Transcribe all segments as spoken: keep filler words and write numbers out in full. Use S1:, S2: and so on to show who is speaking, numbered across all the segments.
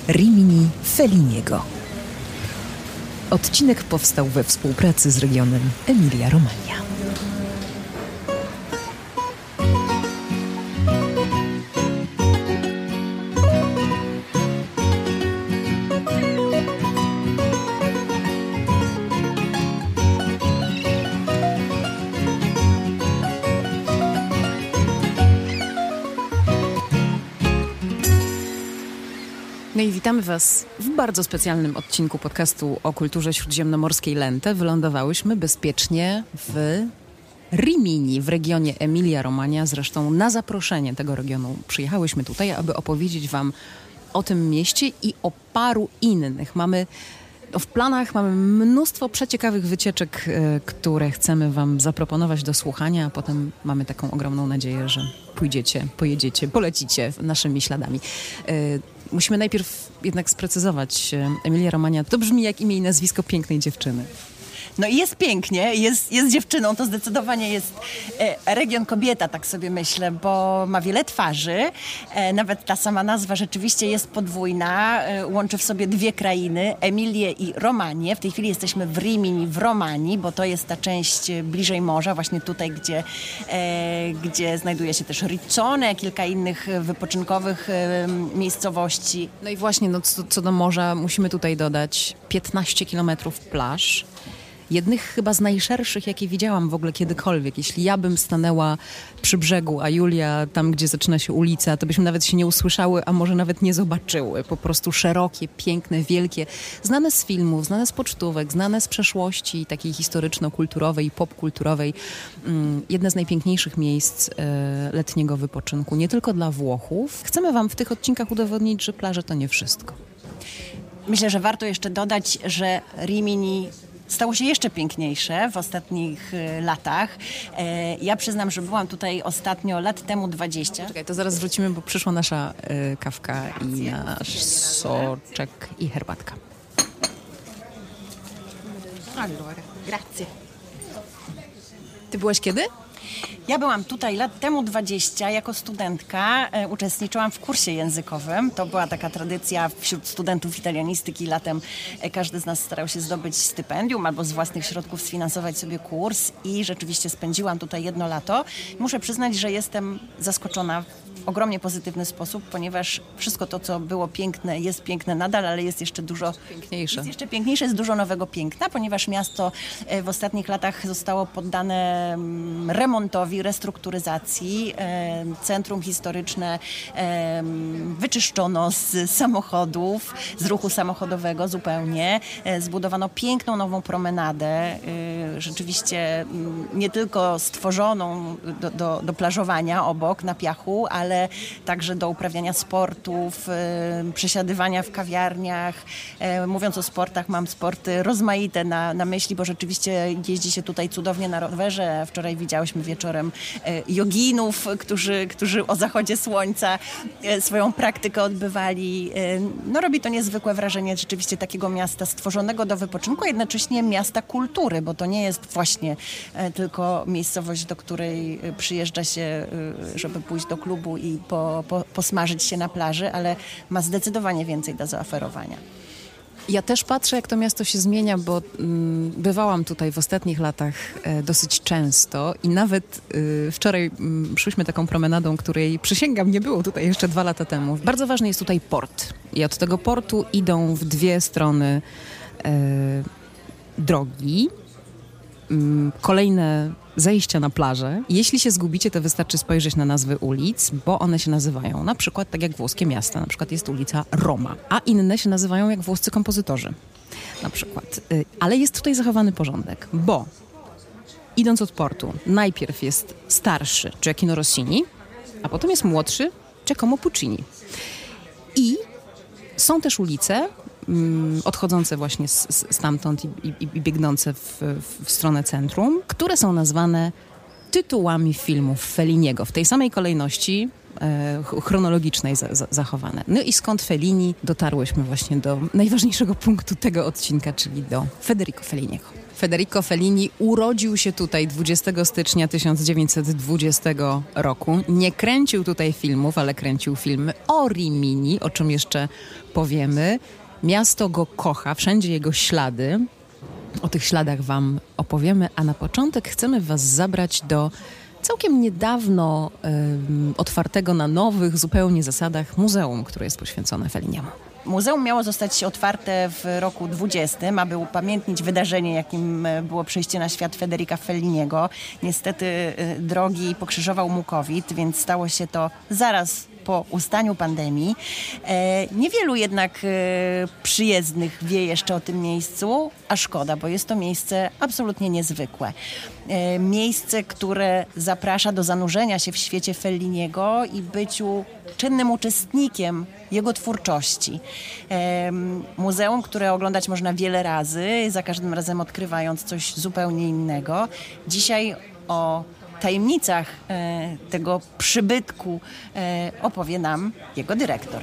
S1: Rimini Felliniego. Odcinek powstał we współpracy z regionem Emilia-Romagna. No i witamy Was w bardzo specjalnym odcinku podcastu o kulturze śródziemnomorskiej Lente. Wylądowałyśmy bezpiecznie w Rimini, w regionie Emilia-Romagna. Zresztą na zaproszenie tego regionu przyjechałyśmy tutaj, aby opowiedzieć Wam o tym mieście i o paru innych. Mamy no w planach mamy mnóstwo przeciekawych wycieczek, y, które chcemy Wam zaproponować do słuchania, a potem mamy taką ogromną nadzieję, że pójdziecie, pojedziecie, polecicie naszymi śladami. Y, musimy najpierw jednak sprecyzować. Emilia-Romagna to brzmi jak imię i nazwisko pięknej dziewczyny.
S2: No i jest pięknie, jest, jest dziewczyną, to zdecydowanie jest e, region kobieta, tak sobie myślę, bo ma wiele twarzy. E, nawet ta sama nazwa rzeczywiście jest podwójna, e, łączy w sobie dwie krainy, Emilię i Romagnię. W tej chwili jesteśmy w Rimini, w Romanii, bo to jest ta część bliżej morza, właśnie tutaj, gdzie, e, gdzie znajduje się też Riccione, kilka innych wypoczynkowych e, miejscowości.
S1: No i właśnie, no, co, co do morza, musimy tutaj dodać piętnaście kilometrów plaż. Jednych chyba z najszerszych, jakie widziałam w ogóle kiedykolwiek. Jeśli ja bym stanęła przy brzegu, a Julia tam, gdzie zaczyna się ulica, to byśmy nawet się nie usłyszały, a może nawet nie zobaczyły. Po prostu szerokie, piękne, wielkie, znane z filmów, znane z pocztówek, znane z przeszłości takiej historyczno-kulturowej i popkulturowej. Jedne z najpiękniejszych miejsc e, letniego wypoczynku, nie tylko dla Włochów. Chcemy Wam w tych odcinkach udowodnić, że plaże to nie wszystko.
S2: Myślę, że warto jeszcze dodać, że Rimini stało się jeszcze piękniejsze w ostatnich y, latach. E, ja przyznam, że byłam tutaj ostatnio lat temu dwadzieścia.
S1: Czekaj, to zaraz wrócimy, bo przyszła nasza y, kawka i nasz soczek i herbatka.
S2: Allora, grazie.
S1: Ty byłaś kiedy?
S2: Ja byłam tutaj lat temu dwadzieścia jako studentka, e, uczestniczyłam w kursie językowym. To była taka tradycja wśród studentów italianistyki. Latem e, każdy z nas starał się zdobyć stypendium albo z własnych środków sfinansować sobie kurs i rzeczywiście spędziłam tutaj jedno lato. Muszę przyznać, że jestem zaskoczona w ogromnie pozytywny sposób, ponieważ wszystko to, co było piękne, jest piękne nadal, ale jest jeszcze dużo
S1: piękniejsze.
S2: Jest jeszcze piękniejsze, jest dużo nowego piękna, ponieważ miasto e, w ostatnich latach zostało poddane mm, remontowi, restrukturyzacji. E, centrum historyczne e, wyczyszczono z samochodów, z ruchu samochodowego zupełnie. E, zbudowano piękną nową promenadę, e, rzeczywiście m, nie tylko stworzoną do, do, do plażowania obok na piachu, ale także do uprawiania sportów, e, przesiadywania w kawiarniach. E, mówiąc o sportach, mam sporty rozmaite na, na myśli, bo rzeczywiście jeździ się tutaj cudownie na rowerze. Wczoraj widziałyśmy wieczorem e, joginów, którzy, którzy o zachodzie słońca e, swoją praktykę odbywali. E, no robi to niezwykłe wrażenie rzeczywiście takiego miasta stworzonego do wypoczynku, a jednocześnie miasta kultury, bo to nie jest właśnie e, tylko miejscowość, do której przyjeżdża się, e, żeby pójść do klubu i po, po, posmażyć się na plaży, ale ma zdecydowanie więcej do zaoferowania.
S1: Ja też patrzę, jak to miasto się zmienia, bo mm, bywałam tutaj w ostatnich latach e, dosyć często i nawet e, wczoraj m, szłyśmy taką promenadą, której przysięgam nie było tutaj jeszcze dwa lata temu. Bardzo ważny jest tutaj port i od tego portu idą w dwie strony e, drogi, m, kolejne zejścia na plażę. Jeśli się zgubicie, to wystarczy spojrzeć na nazwy ulic, bo one się nazywają na przykład tak jak włoskie miasta. Na przykład jest ulica Roma, a inne się nazywają jak włoscy kompozytorzy. Na przykład. Ale jest tutaj zachowany porządek, bo idąc od portu, najpierw jest starszy Gioachino Rossini, a potem jest młodszy Giacomo Puccini. I są też ulice mm, odchodzące właśnie z, z, stamtąd i, i, i biegnące w, w, w stronę centrum, które są nazwane tytułami filmów Felliniego. W tej samej kolejności e, chronologicznej za, za, zachowane. No i skąd Fellini dotarłyśmy właśnie do najważniejszego punktu tego odcinka, czyli do Federico Felliniego. Federico Fellini urodził się tutaj dwudziestego stycznia tysiąc dziewięćset dwudziestego roku. Nie kręcił tutaj filmów, ale kręcił filmy o Rimini, o czym jeszcze powiemy. Miasto go kocha, wszędzie jego ślady. O tych śladach wam opowiemy, a na początek chcemy was zabrać do całkiem niedawno um, otwartego na nowych zupełnie zasadach muzeum, które jest poświęcone Felliniemu.
S2: Muzeum miało zostać otwarte w roku dwudziestym, aby upamiętnić wydarzenie, jakim było przyjście na świat Federica Felliniego. Niestety drogi pokrzyżował mu COVID, więc stało się to zaraz po ustaniu pandemii. E, niewielu jednak e, przyjezdnych wie jeszcze o tym miejscu, a szkoda, bo jest to miejsce absolutnie niezwykłe. E, miejsce, które zaprasza do zanurzenia się w świecie Felliniego i byciu czynnym uczestnikiem jego twórczości. E, muzeum, które oglądać można wiele razy, za każdym razem odkrywając coś zupełnie innego. Dzisiaj o tajemnicach e, tego przybytku e, opowie nam jego dyrektor.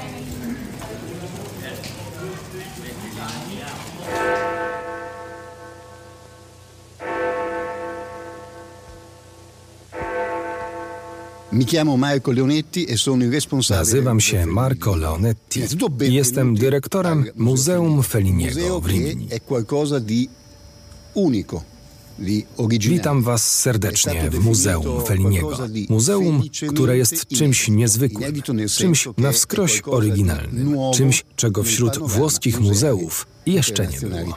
S3: Nazywam się Marco Leonetti i jestem dyrektorem Muzeum Felliniego w Rimini. Witam was serdecznie w Muzeum Felliniego. Muzeum, które jest czymś niezwykłym, czymś na wskroś oryginalnym, czymś, czego wśród włoskich muzeów jeszcze nie było.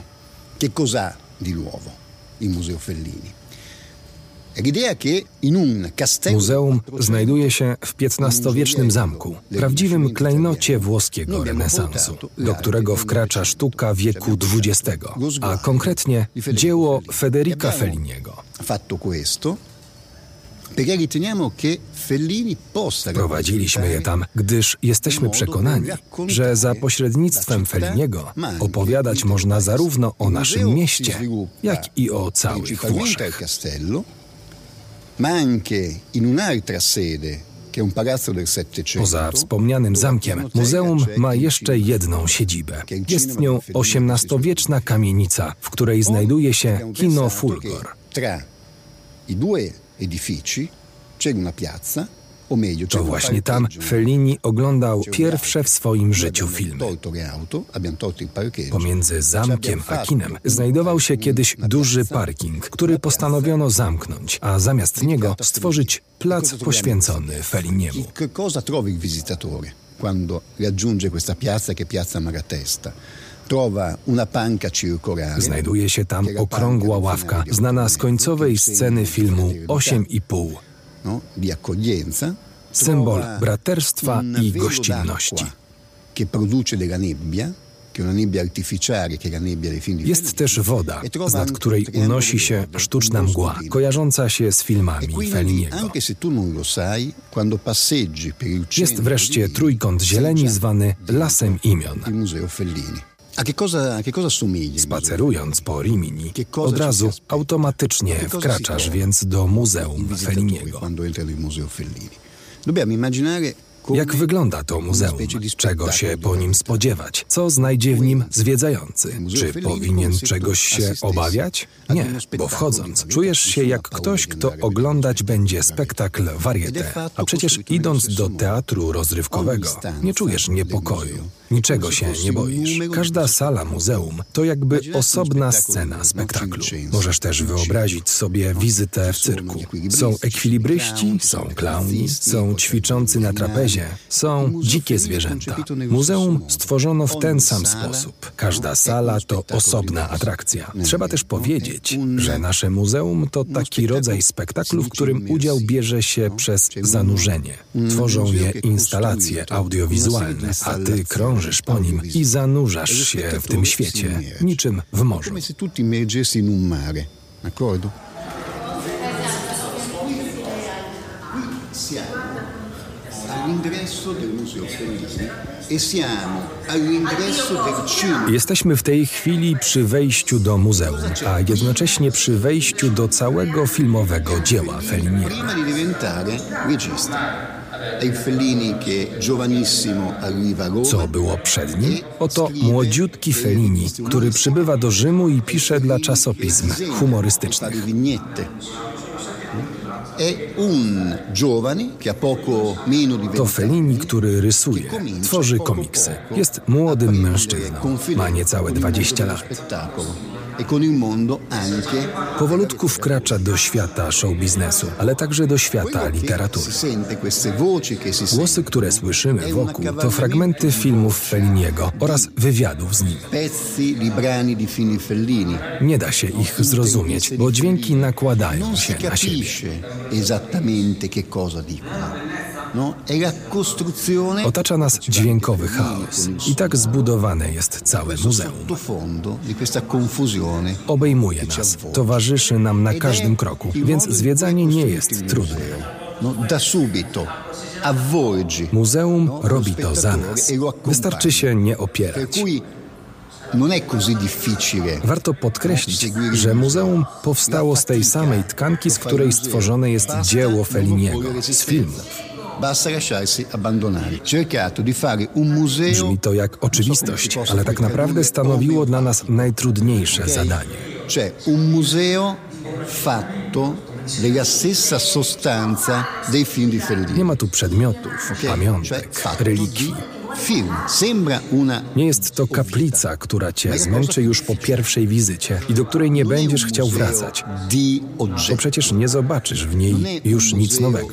S3: Muzeum znajduje się w piętnastowiecznym zamku, prawdziwym klejnocie włoskiego renesansu, do którego wkracza sztuka wieku dwudziestego, a konkretnie dzieło Federica Felliniego. Prowadziliśmy je tam, gdyż jesteśmy przekonani, że za pośrednictwem Felliniego opowiadać można zarówno o naszym mieście, jak i o całych Włoszech. Poza wspomnianym zamkiem, muzeum ma jeszcze jedną siedzibę. Jest nią osiemnastowieczna kamienica, w której znajduje się kino Fulgor. To właśnie tam Fellini oglądał pierwsze w swoim życiu filmy. Pomiędzy zamkiem a kinem znajdował się kiedyś duży parking, który postanowiono zamknąć, a zamiast niego stworzyć plac poświęcony Felliniemu. Znajduje się tam okrągła ławka, znana z końcowej sceny filmu osiem i pół. Symbol braterstwa i gościnności. Jest też woda, z nad której unosi się sztuczna mgła, kojarząca się z filmami Felliniego. Jest wreszcie trójkąt zieleni zwany Lasem Imion. Spacerując po Rimini, od razu automatycznie wkraczasz więc do Muzeum Felliniego. Jak wygląda to muzeum? Czego się po nim spodziewać? Co znajdzie w nim zwiedzający? Czy powinien czegoś się obawiać? Nie, bo wchodząc czujesz się jak ktoś, kto oglądać będzie spektakl Varieté. A przecież idąc do teatru rozrywkowego nie czujesz niepokoju. Niczego się nie boisz. Każda sala muzeum to jakby osobna scena spektaklu. Możesz też wyobrazić sobie wizytę w cyrku. Są ekwilibryści, są klauni, są ćwiczący na trapezie, są dzikie zwierzęta. Muzeum stworzono w ten sam sposób. Każda sala to osobna atrakcja. Trzeba też powiedzieć, że nasze muzeum to taki rodzaj spektaklu, w którym udział bierze się przez zanurzenie. Tworzą je instalacje audiowizualne, a ty krążysz po nim i zanurzasz się w tym świecie, niczym w morzu. Jesteśmy w tej chwili przy wejściu do muzeum, a jednocześnie przy wejściu do całego filmowego dzieła Felliniego. Co było przed nim? Oto młodziutki Fellini, który przybywa do Rzymu i pisze dla czasopism humorystycznych. To Fellini, który rysuje, tworzy komiksy. Jest młodym mężczyzną, ma niecałe dwadzieścia lat. Powolutku wkracza do świata show-biznesu, ale także do świata literatury. Głosy, które słyszymy wokół, to fragmenty filmów Felliniego oraz wywiadów z nim. Nie da się ich zrozumieć, bo dźwięki nakładają się na siebie. Otacza nas dźwiękowy chaos i tak zbudowane jest całe muzeum. Obejmuje nas, towarzyszy nam na każdym kroku, więc zwiedzanie nie jest trudne. Muzeum robi to za nas. Wystarczy się nie opierać. Warto podkreślić, że muzeum powstało z tej samej tkanki, z której stworzone jest dzieło Felliniego, z filmów. Brzmi to jak oczywistość, ale tak naprawdę stanowiło dla nas najtrudniejsze zadanie.
S4: Un museo fatto della stessa sostanza dei film di Fellini.
S3: Nie ma tu przedmiotów, pamiątek, relikwi. Nie jest to kaplica, która cię zmęczy już po pierwszej wizycie i do której nie będziesz chciał wracać, bo przecież nie zobaczysz w niej już nic nowego.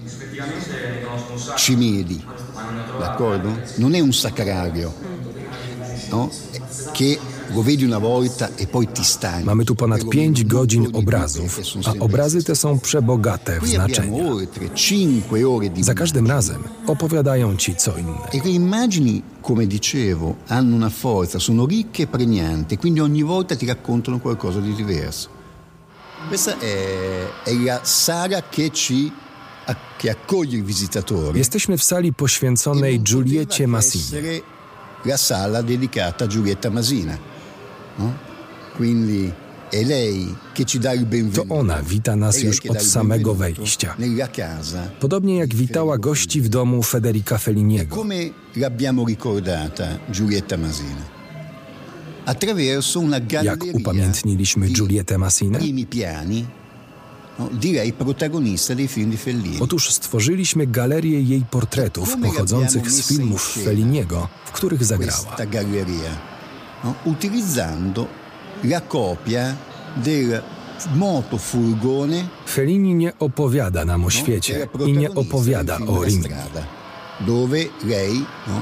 S4: Cimeli, d'accordo? Non è un sacrario, no? Che lo vedi una volta e poi ti stanchi.
S3: Mamy tu ponad pięć godzin obrazów, a obrazy te są przebogate w znaczenia. Za każdym razem opowiadają ci co innego.
S4: E le immagini, come dicevo, hanno una forza, sono ricche e pregnanti, quindi ogni volta ti raccontano qualcosa di diverso. Questa è, è la sala che ci
S3: Jesteśmy w sali poświęconej Giulietcie Massinie.
S4: La sala dedicata a Giulietta Masina. No? Quindi è lei che ci dà il benvenuto.
S3: To ona wita nas już od samego wejścia. Podobnie jak witała gości w domu Federica Felliniego.
S4: Come l'abbiamo ricordata Giulietta Masina? Attraverso una galleria.
S3: Jak upamiętniliśmy Giuliettę Massinę?
S4: No, direi protagonista dei film di Fellini.
S3: Otóż stworzyliśmy galerię jej portretów pochodzących z filmów Felliniego, w których zagrała.
S4: Galleria, no, utilizzando la copia del motofurgone.
S3: Fellini nie opowiada nam o świecie i nie opowiada o Rimini.
S4: Dove lei, no,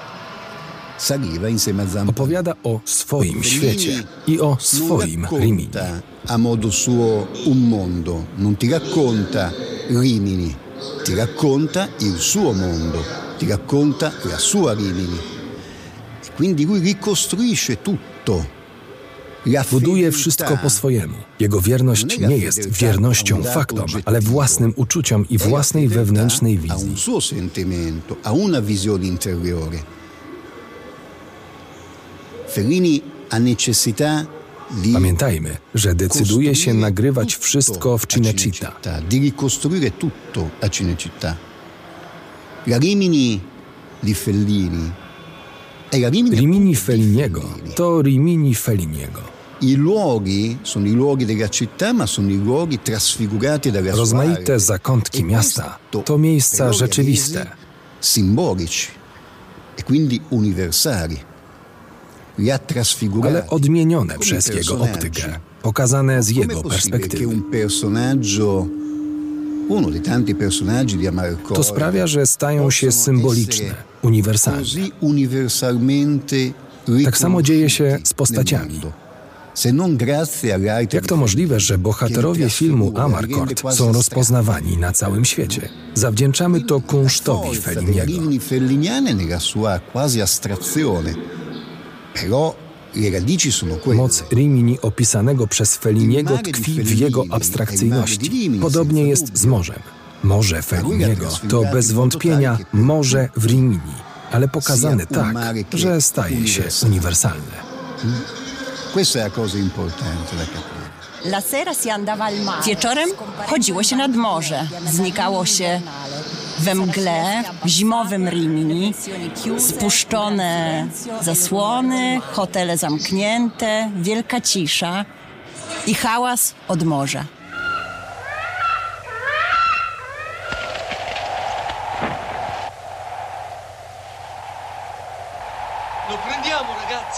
S3: opowiada o swoim świecie i o swoim Rimini.
S4: A modo suo un mondo, non ti racconta Rimini, ti racconta il suo mondo, ti racconta la sua Rimini. Quindi lui ricostruisce tutto.
S3: Buduje wszystko po swojemu. Jego wierność nie jest wiernością faktom, ale własnym uczuciom i własnej wewnętrznej wizji.
S4: Ha un suo sentimento, ha una visione interiore. Fellini ha necessità.
S3: Pamiętajmy, że decyduje się nagrywać wszystko w Cinecittà.
S4: Di ricostruire tutto a Cinecittà. La Rimini di Fellini è la Rimini,
S3: Rimini Felliniego to Rimini Felliniego.
S4: I luoghi sono i luoghi della città, ma sono i luoghi trasfigurati dalla sua arte.
S3: Rozmaite zakątki miasta to miejsca rzeczywiste,
S4: simbolici e quindi universali.
S3: Ale odmienione przez jego optykę, pokazane z jego perspektywy. To sprawia, że stają się symboliczne, uniwersalne. Tak samo dzieje się z postaciami. Jak to możliwe, że bohaterowie filmu Amarcord są rozpoznawani na całym świecie? Zawdzięczamy to kunsztowi Felliniego. Moc Rimini opisanego przez Felliniego tkwi w jego abstrakcyjności. Podobnie jest z morzem. Morze Felliniego to bez wątpienia morze w Rimini, ale pokazane tak, że staje się uniwersalne.
S2: Wieczorem chodziło się nad morze, znikało się we mgle, w zimowym Rimini, spuszczone zasłony, hotele zamknięte, wielka cisza i hałas od morza.
S5: Lo prendiamo, ragazzi.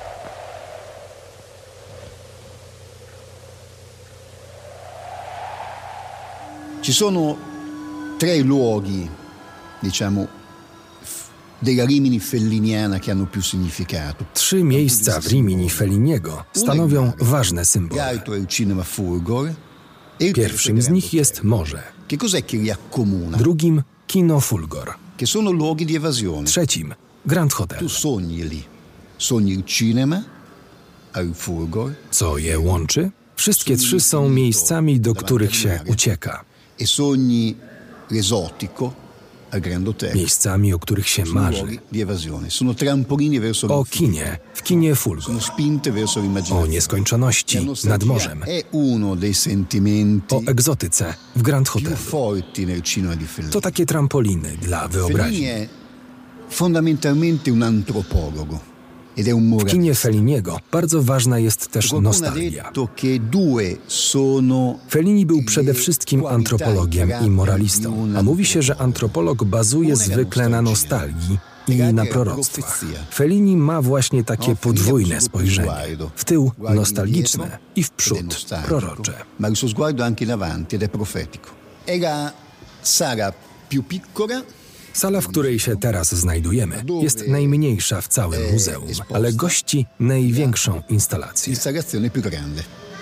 S4: Ci sono tre luoghi, diciamo, della Rimini felliniana che hanno più significato.
S3: Trzy miejsca w Rimini Felliniego stanowią ważne symbole.
S4: L'altro è il cinema Fulgor.
S3: Pierwszym z nich jest morze.
S4: Che cos'è che li accomuna?
S3: Drugim kino Fulgor.
S4: Che sono luoghi di evasione.
S3: Trzecim Grand Hotel.
S4: Tu sogni lì. Sogni il cinema, al Fulgor.
S3: Co je łączy? Wszystkie trzy są miejscami, do których się ucieka.
S4: E sogni l'esotico al Grand Hotel.
S3: Miejscami, o których się
S4: Sono
S3: marzy.
S4: luoghi di evasione. Sono trampolini verso
S3: O
S4: l'infinito.
S3: kinie, w kinie Fulgor.
S4: Sono spinte verso
S3: O
S4: l'immaginazione.
S3: nieskończoności
S4: La
S3: nad
S4: nostalgia
S3: morzem.
S4: è uno dei sentimenti
S3: O egzotyce w Grand
S4: più
S3: Hotelu.
S4: forti nel cinema di Fellini.
S3: To takie trampoliny dla
S4: Fellini
S3: wyobraźni.
S4: è fondamentalmente un antropologo ed è un
S3: W
S4: moralista.
S3: kinie Felliniego bardzo ważna jest też
S4: Qualcuno ha
S3: nostalgia.
S4: detto che due sono
S3: Fellini był przede wszystkim antropologiem i moralistą, a mówi się, że antropolog bazuje zwykle na nostalgii i na proroctwach. Fellini ma właśnie takie podwójne spojrzenie. W tył nostalgiczne i w przód prorocze.
S4: Ma il suo sguardo anche in avanti ed è profetico. È la sala più piccola.
S3: Sala, w której się teraz znajdujemy, jest najmniejsza w całym muzeum, ale gości największą instalację.
S4: L'installazione più grande.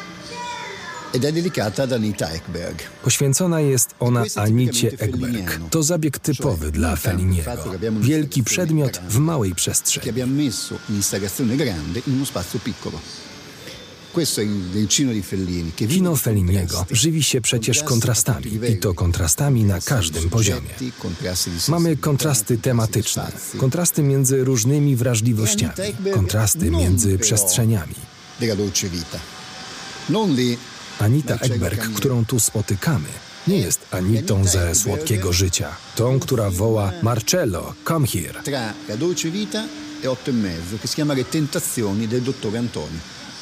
S4: Ed è dedicata ad Anita Ekberg.
S3: Poświęcona jest ona Anicie Ekberg. To zabieg typowy dla Felliniego. Wielki przedmiot w małej
S4: Che
S3: przestrzeni.
S4: abbiamo messo un'installazione grande in uno spazio piccolo. Questo è il, il cinema di Fellini. Che vive
S3: Kino
S4: di
S3: Felliniego
S4: contrasti.
S3: żywi się przecież kontrastami
S4: Contrasti
S3: i to kontrastami na każdym poziomie.
S4: Contrasti di
S3: Mamy
S4: sensibilità,
S3: kontrasty tematyczne,
S4: contrasti
S3: kontrasty między różnymi wrażliwościami, kontrasty między przestrzeniami.
S4: della dolce vita. Non lì.
S3: Anita Ekberg, którą tu spotykamy, nie jest Anitą ze Słodkiego Życia. Tą, która woła Marcello, come here.
S4: Tra la dolce vita e otto e mezzo, che si chiama Le tentazioni del dottore Antonio.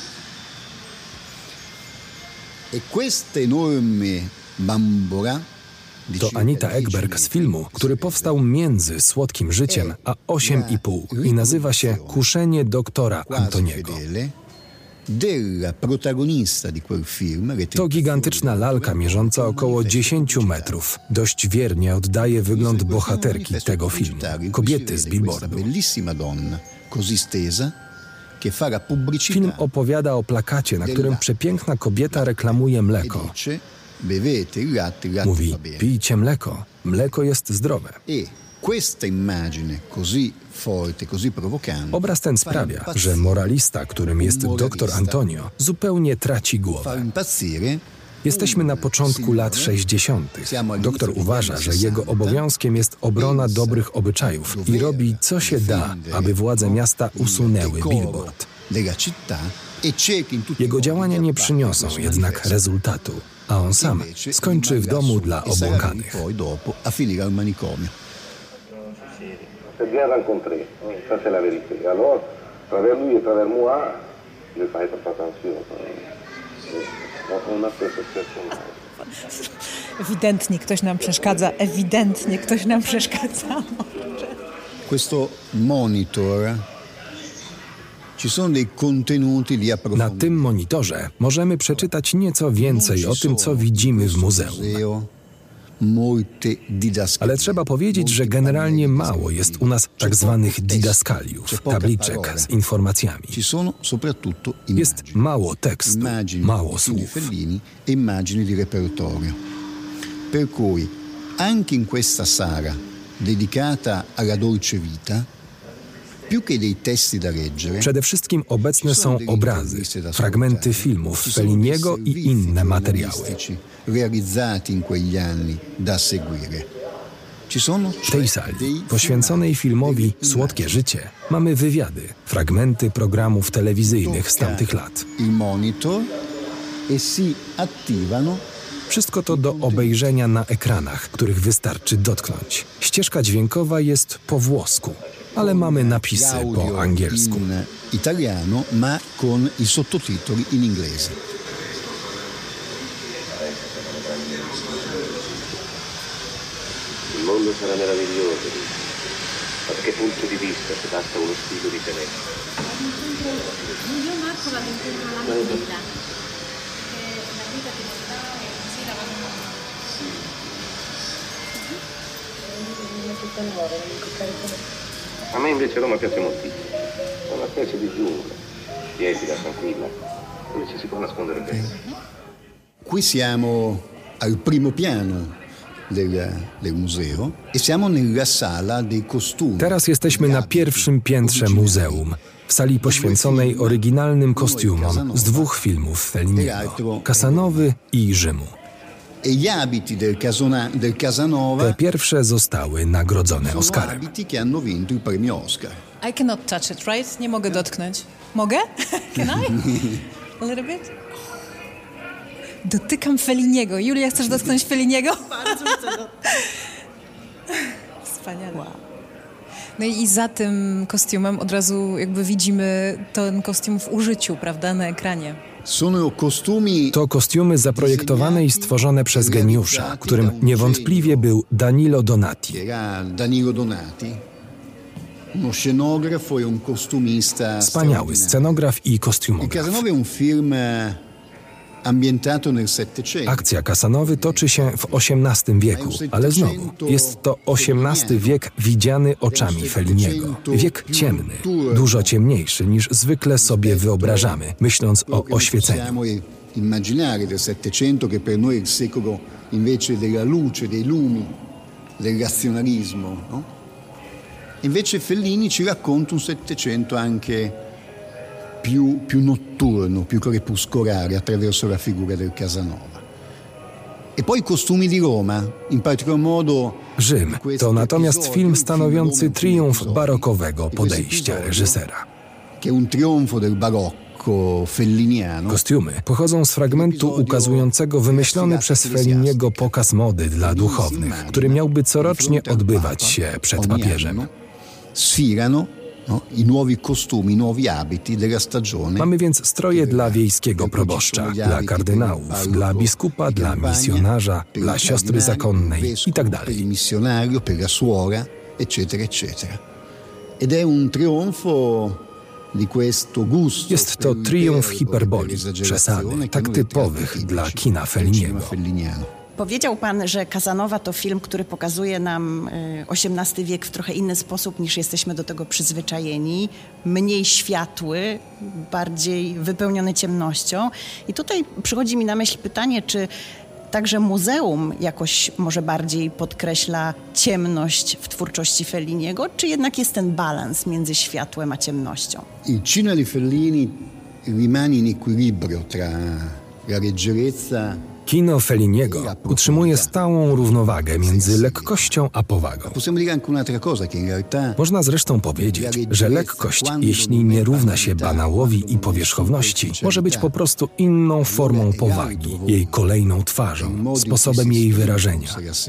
S4: E questa enorme bambora di
S3: To
S4: circa
S3: Anita
S4: dieci
S3: Ekberg z
S4: metri,
S3: filmu, który powstał między Słodkim Życiem a osiem i pół i nazywa się Kuszenie doktora
S4: quasi
S3: Antoniego.
S4: fedele, della protagonista di quel film, Le
S3: To
S4: tentazioni
S3: gigantyczna lalka mierząca około dziesięć metrów. Dość wiernie oddaje wygląd bohaterki tego filmu, kobiety z billboardu.
S4: Bellissima donna, così stesa, che fa la pubblicità.
S3: Film opowiada o plakacie, na którym przepiękna kobieta reklamuje mleko.
S4: Dice, bevete il latte, il latte
S3: Mówi,
S4: fa bene.
S3: pijcie mleko, mleko jest zdrowe.
S4: E questa immagine così forte, così provocante.
S3: Obraz ten sprawia, że moralista, którym jest doktor Antonio, zupełnie traci
S4: Fa
S3: głowę.
S4: impazzire.
S3: Jesteśmy na początku lat sześćdziesiątych. Doktor uważa, że jego obowiązkiem jest obrona dobrych obyczajów i robi co się da, aby władze miasta usunęły billboard.
S4: Della città e cerca in tutti i
S3: Jego
S4: modi
S3: działania
S4: di
S3: nie
S4: abbattere
S3: przyniosą
S4: questo
S3: jednak
S4: manifesto.
S3: rezultatu, a on sam
S4: Invece
S3: skończy w
S4: rimarrà
S3: domu
S4: solo
S3: dla
S4: e sarà lì
S3: obłąkanych.
S4: poi dopo a finire al manicomio.
S6: C'est bien rencontré, ça c'est la vérité. Alors, à travers lui et à travers moi, je ne fais pas attention. On a fait cette personne.
S7: Ewidentnie ktoś nam przeszkadza, ewidentnie ktoś nam przeszkadza.
S4: Questo monitor, ci sono dei contenuti di
S3: Na
S4: approfondimento.
S3: tym monitorze możemy przeczytać nieco więcej o tym, co widzimy w muzeum. Ale trzeba powiedzieć, że generalnie mało jest u nas tak zwanych didaskaliów, tabliczek z informacjami.
S4: Ci sono soprattutto
S3: Jest
S4: immagini.
S3: mało tekstu,
S4: Immagini
S3: mało
S4: di
S3: słów.
S4: Fellini e immagini di repertorio. Per cui anche in questa sala dedicata alla dolce vita, più che dei testi da leggere,
S3: Przede wszystkim obecne są obrazy, fragmenty filmów Felliniego i inne materiały.
S4: realizzati in quegli anni da seguire. Ci sono
S3: W tej sali, poświęconej filmowi Słodkie Życie, mamy wywiady, fragmenty programów telewizyjnych z tamtych lat.
S4: il monitor e si attivano
S3: Wszystko to do obejrzenia na ekranach, których wystarczy dotknąć. Ścieżka dźwiękowa jest po włosku, ale mamy napisy po angielsku.
S4: In italiano, ma con i sottotitoli in inglese.
S6: Il mondo sarà meraviglioso. Da che punto di vista si basta uno spirito di tenere?
S8: Io Marco vado incontro alla mia vita, che la vita che si dà e così la vado
S6: A me invece Roma piace moltissimo. È una specie di giungla, lievida, tranquilla, dove ci si può nascondere bene.
S4: Qui siamo al primo piano del, del museo e siamo nella sala dei costumi.
S3: Teraz jesteśmy na pierwszym piętrze muzeum, w sali poświęconej oryginalnym kostiumom z dwóch filmów Felliniego, Casanowy i Rzymu.
S4: E gli abiti del, Casona, del Casanova
S3: Te pierwsze zostały nagrodzone
S4: sono
S3: Oscarem.
S4: abiti che hanno vinto il premio Oscar.
S7: I cannot touch it, right? Nie mogę dotknąć. Mogę? Can I? A little bit? Dotykam Felliniego. Julia, chcesz dotknąć Felliniego?
S2: Bardzo chcę dotknąć.
S7: Wspaniale. Wow. No i za tym kostiumem od razu jakby widzimy ten kostium w użyciu, prawda, na ekranie.
S4: Sono costumi
S3: To kostiumy zaprojektowane i stworzone przez geniusza, którym niewątpliwie był Danilo Donati.
S4: Era Danilo Donati, uno scenografo e un costumista
S3: Wspaniały scenograf i
S4: Il
S3: kostiumograf.
S4: Casanova è un film ambientato nel Settecento.
S3: Akcja Casanowy toczy się w osiemnastym wieku, ale znowu jest to osiemnasty wiek widziany oczami Felliniego. Wiek ciemny, dużo ciemniejszy niż zwykle sobie wyobrażamy, myśląc o oświeceniu.
S4: Possiamo immaginare del Settecento che per noi è il secolo invece della luce, dei lumi, del razionalismo, no? Invece Fellini ci racconta un Settecento anche più, più notturno, più crepuscolare attraverso la figura del Casanova. E poi i costumi di Roma, in particolar modo
S3: Rzym to natomiast film stanowiący triumf barokowego podejścia reżysera.
S4: che è un trionfo del barocco felliniano.
S3: Kostiumy pochodzą z fragmentu ukazującego wymyślony przez Felliniego pokaz mody dla duchownych, który miałby corocznie odbywać się przed papieżem.
S4: Sfilano no, i nuovi costumi, i nuovi abiti della stagione.
S3: Mamy więc stroje dla wiejskiego proboszcza, dla kardynałów, dla biskupa, dla misjonarza, dla siostry zakonnej i tak
S4: Per il
S3: dalej.
S4: missionario, per la suora, eccetera, eccetera. Ed è un trionfo di questo gusto.
S3: Jest to triumf hiperboli, przesady, tak typowych dla kina Felliniego.
S2: Powiedział pan, że Casanova to film, który pokazuje nam osiemnasty wiek w trochę inny sposób, niż jesteśmy do tego przyzwyczajeni. Mniej światły, bardziej wypełniony ciemnością. I tutaj przychodzi mi na myśl pytanie, czy także muzeum jakoś może bardziej podkreśla ciemność w twórczości Felliniego, czy jednak jest ten balans między światłem a ciemnością?
S4: Il cinema di Fellini rimane in equilibrio tra la leggerezza.
S3: Kino Felliniego utrzymuje stałą równowagę między lekkością a powagą.
S4: Possiamo dire anche un'altra cosa, che in realtà
S3: Można zresztą powiedzieć, że lekkość, jeśli nie równa się banałowi i powierzchowności, może być po prostu inną formą powagi, jej kolejną twarzą, sposobem jej wyrażenia.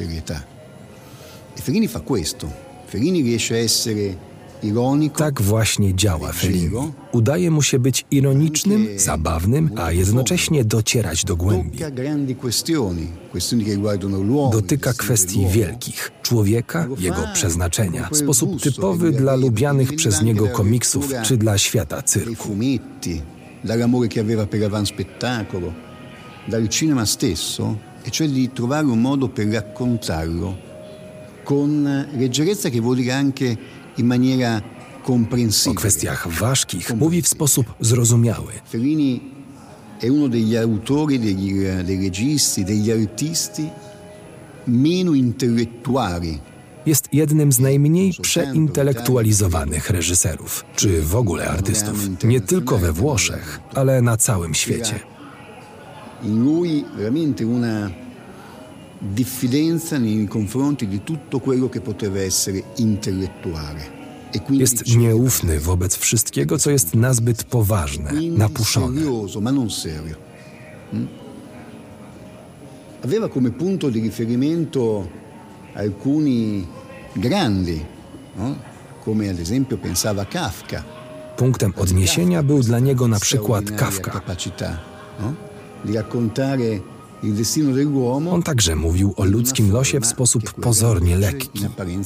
S4: E Fellini fa questo. Fellini riesce a essere ironico.
S3: Tak właśnie działa Fellini. Udaje mu się być ironicznym, zabawnym, a jednocześnie docierać do głębi.
S4: Tocca grandi questioni, questioni che riguardano l'uomo.
S3: Dotyka kwestii wielkich, człowieka, jego przeznaczenia, w sposób typowy dla lubianych przez niego komiksów czy dla świata
S4: Dai
S3: cyrku.
S4: fumetti, dall'amore che aveva per l'avanspettacolo, dal cinema stesso, e cioè di trovare un modo per raccontarlo con leggerezza che vuol dire anche in maniera
S3: O
S4: comprensibile.
S3: kwestiach ważkich mówi w sposób zrozumiały.
S4: Fellini è uno degli autori, degli, dei registi, degli artisti meno intellettuali.
S3: Jest jednym z najmniej przeintelektualizowanych reżyserów, czy w ogóle artystów. Nie tylko we Włoszech, ale na całym świecie.
S4: In lui veramente una diffidenza nei confronti di tutto quello che poteva essere intellettuale. E quindi
S3: Jest nieufny wobec wszystkiego, co jest nazbyt poważne,
S4: quindi
S3: napuszone.
S4: serioso, ma non serio. Mm? aveva come punto di riferimento alcuni grandi, no? Come ad esempio pensava Kafka.
S3: Punktem odniesienia był dla niego na przykład Kafka. On także mówił o ludzkim losie w sposób pozornie lekki.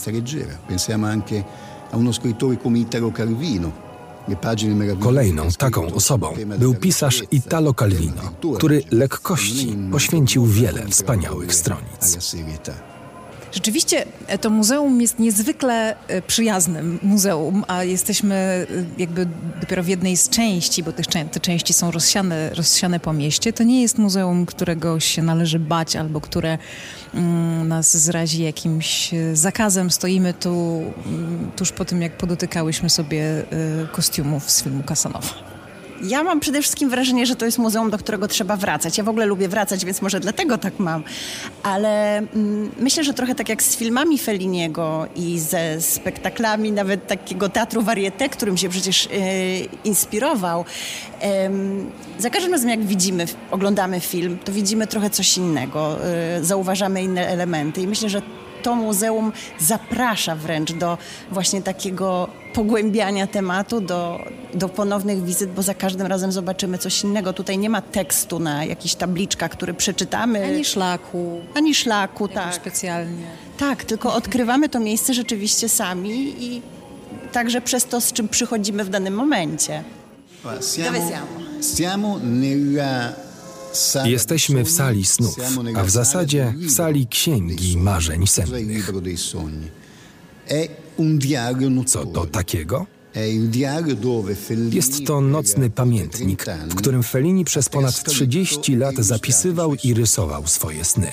S3: Kolejną taką osobą był pisarz Italo Calvino, który lekkości poświęcił wiele wspaniałych stronic.
S7: Rzeczywiście to muzeum jest niezwykle przyjaznym muzeum, a jesteśmy jakby dopiero w jednej z części, bo te części są rozsiane, rozsiane po mieście. To nie jest muzeum, którego się należy bać albo które mm, nas zrazi jakimś zakazem. Stoimy tu mm, tuż po tym, jak podotykałyśmy sobie y, kostiumów z filmu Casanova.
S2: Ja mam przede wszystkim wrażenie, że to jest muzeum, do którego trzeba wracać. Ja w ogóle lubię wracać, więc może dlatego tak mam. Ale mm, myślę, że trochę tak jak z filmami Felliniego i ze spektaklami nawet takiego teatru varieté, którym się przecież e, inspirował. E, za każdym razem jak widzimy, oglądamy film, to widzimy trochę coś innego. E, zauważamy inne elementy i myślę, że to muzeum zaprasza wręcz do właśnie takiego pogłębiania tematu, do, do ponownych wizyt, bo za każdym razem zobaczymy coś innego. Tutaj nie ma tekstu na jakichś tabliczkach, który przeczytamy.
S7: Ani szlaku.
S2: Ani szlaku, tak.
S7: Specjalnie.
S2: Tak, tylko odkrywamy to miejsce rzeczywiście sami i także przez to, z czym przychodzimy w danym momencie. Dove siamo?
S4: Stiamo nella...
S3: Jesteśmy w sali snów, a w zasadzie w sali księgi marzeń sennych. Co to takiego? Jest to nocny pamiętnik, w którym Fellini przez ponad trzydzieści lat zapisywał i rysował swoje sny.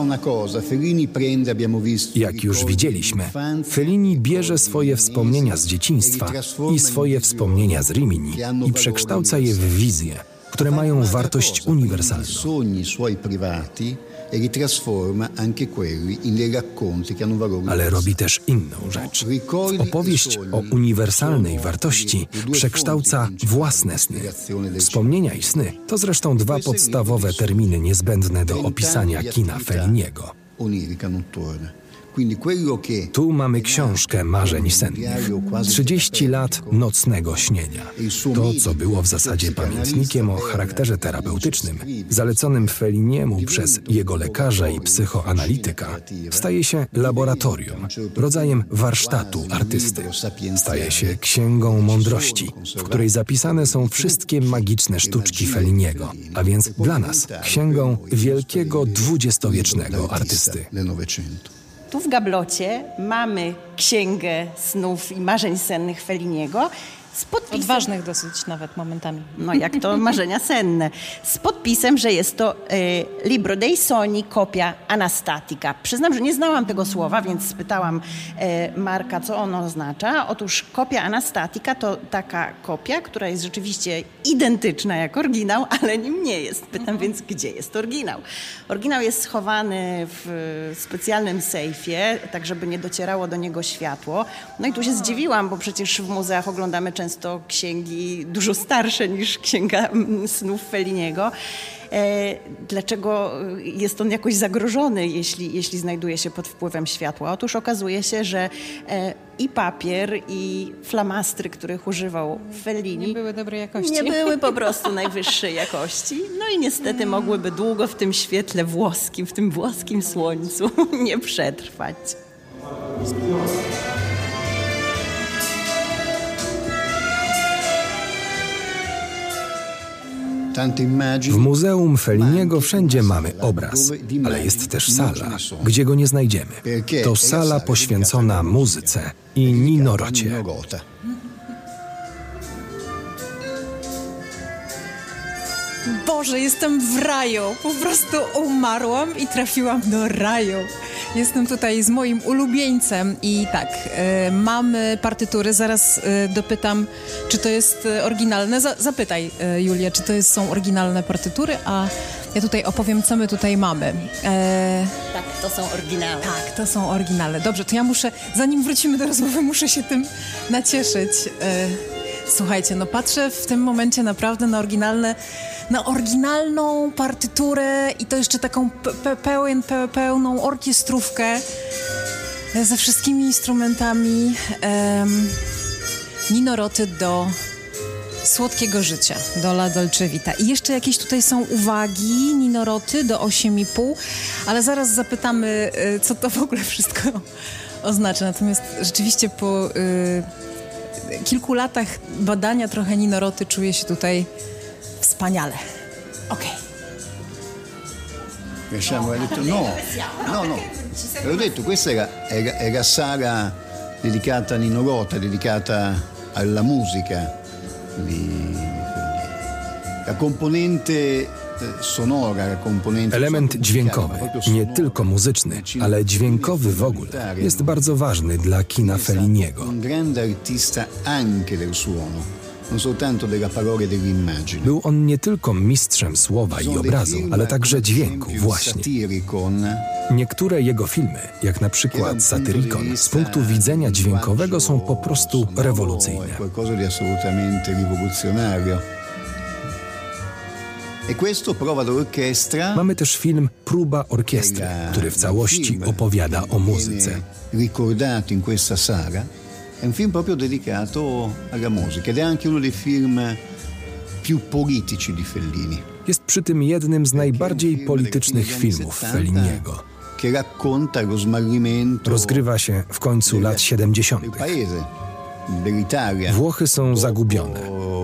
S3: Jak już widzieliśmy, Fellini bierze swoje wspomnienia z dzieciństwa i swoje wspomnienia z Rimini i przekształca je w wizje, które mają wartość uniwersalną. Ale robi też inną rzecz. W opowieść o uniwersalnej wartości przekształca własne sny. Wspomnienia i sny to zresztą dwa podstawowe terminy niezbędne do opisania kina Felliniego. Tu mamy książkę marzeń sennych. trzydzieści lat nocnego śnienia. To, co było w zasadzie pamiętnikiem o charakterze terapeutycznym, zaleconym Felliniemu przez jego lekarza i psychoanalityka, staje się laboratorium, rodzajem warsztatu artysty. Staje się księgą mądrości, w której zapisane są wszystkie magiczne sztuczki Felliniego, a więc dla nas księgą wielkiego dwudziestowiecznego artysty.
S2: Tu w gablocie mamy księgę snów i marzeń sennych Felliniego z podpisem...
S7: Odważnych dosyć nawet momentami.
S2: No jak to marzenia senne. Z podpisem, że jest to e, Libro dei Sogni, kopia anastatica. Przyznam, że nie znałam tego słowa, więc spytałam e, Marka, co ono oznacza. Otóż kopia anastatica to taka kopia, która jest rzeczywiście identyczna jak oryginał, ale nim nie jest. Pytam więc, gdzie jest oryginał? Oryginał jest schowany w specjalnym sejfie, tak żeby nie docierało do niego światło. No i tu się zdziwiłam, bo przecież w muzeach oglądamy często księgi dużo starsze niż księga snów Felliniego. E, dlaczego jest on jakoś zagrożony, jeśli, jeśli znajduje się pod wpływem światła? Otóż okazuje się, że e, i papier, i flamastry, których używał Fellini,
S7: nie były dobrej jakości.
S2: Nie były po prostu najwyższej jakości. No i niestety mogłyby długo w tym świetle włoskim, w tym włoskim słońcu nie przetrwać.
S3: W muzeum Felliniego wszędzie mamy obraz, ale jest też sala, gdzie go nie znajdziemy. To sala poświęcona muzyce i Ninorocie.
S7: Boże, jestem w raju. Po prostu umarłam i trafiłam do raju. Jestem tutaj z moim ulubieńcem i tak, y, mamy partytury. Zaraz y, dopytam, czy to jest y, oryginalne. Za, zapytaj, y, Julia, czy to jest, są oryginalne partytury, a ja tutaj opowiem, co my tutaj mamy. E...
S2: Tak, to są oryginalne.
S7: Tak, to są oryginalne. Dobrze, to ja muszę, zanim wrócimy do rozmowy, muszę się tym nacieszyć. E... Słuchajcie, no patrzę w tym momencie naprawdę na oryginalne na oryginalną partyturę i to jeszcze taką pe- pełen, pe- pełną orkiestrówkę ze wszystkimi instrumentami um, Nino Roty do Słodkiego życia, do La Dolce Vita. I jeszcze jakieś tutaj są uwagi Nino Roty do osiem i pół, ale zaraz zapytamy, co to w ogóle wszystko oznacza. Natomiast rzeczywiście po y, kilku latach badania trochę Nino Roty czuję się tutaj wspaniale. Okej. Okay.
S4: Lasciamo, ha detto no, no, no. L'ho detto, questa era, era, era saga dedicata a Nino Rota, dedicata alla musica di, la componente sonora, la componente...
S3: Element dźwiękowy, nie tylko muzyczny, ale dźwiękowy w ogóle, jest bardzo ważny dla kina Felliniego.
S4: Un grande artista anche del suono. Non soltanto della parola e dell'immagine.
S3: Był on nie tylko mistrzem słowa i obrazu, ale także dźwięku, właśnie. Niektóre jego filmy, jak na przykład Satyricon, z punktu widzenia dźwiękowego są po prostu rewolucyjne.
S4: Qualcosa di assolutamente rivoluzionario. E questo prova d'orchestra.
S3: Mamy też film Próba orkiestry, który w całości opowiada o muzyce.
S4: Ricordato in questa saga. È un film proprio dedicato alla musica ed è anche uno dei film più politici di Fellini.
S3: Jest przy tym jednym z najbardziej politycznych filmów Felliniego. Rozgrywa się w końcu lat siedemdziesiątych. Włochy są zagubione.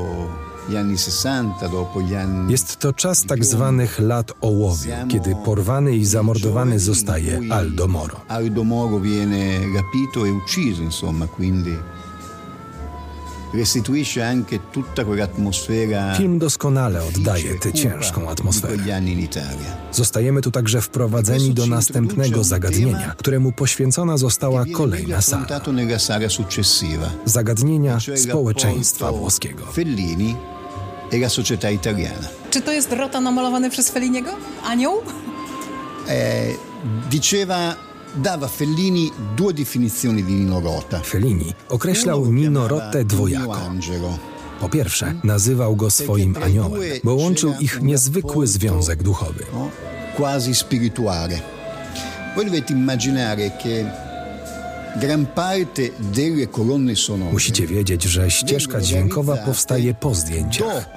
S3: Jest to czas tak zwanych lat ołowiu, kiedy porwany i zamordowany zostaje Aldo Moro.
S4: Aldo Moro viene rapito e ucciso, insomma, quindi restituisce anche tutta quell'atmosfera.
S3: Film doskonale oddaje tę ciężką atmosferę. Zostajemy tu także wprowadzeni do następnego zagadnienia, któremu poświęcona została kolejna sala. Zagadnienia społeczeństwa włoskiego.
S4: Fellini e la società italiana.
S7: Czy to jest Rota namalowany przez Felliniego? Anioł?
S4: Eh, diceva, dava Fellini due definizioni di Nino Rota.
S3: Fellini określał Nino Rotę dwojako. Po pierwsze, nazywał go swoim aniołem, bo łączył ich niezwykły związek duchowy.
S4: Quasi spirituale. Voi dovete immaginare che gran parte delle colonne sonore.
S3: Musicie wiedzieć, że ścieżka dźwiękowa powstaje po zdjęciach.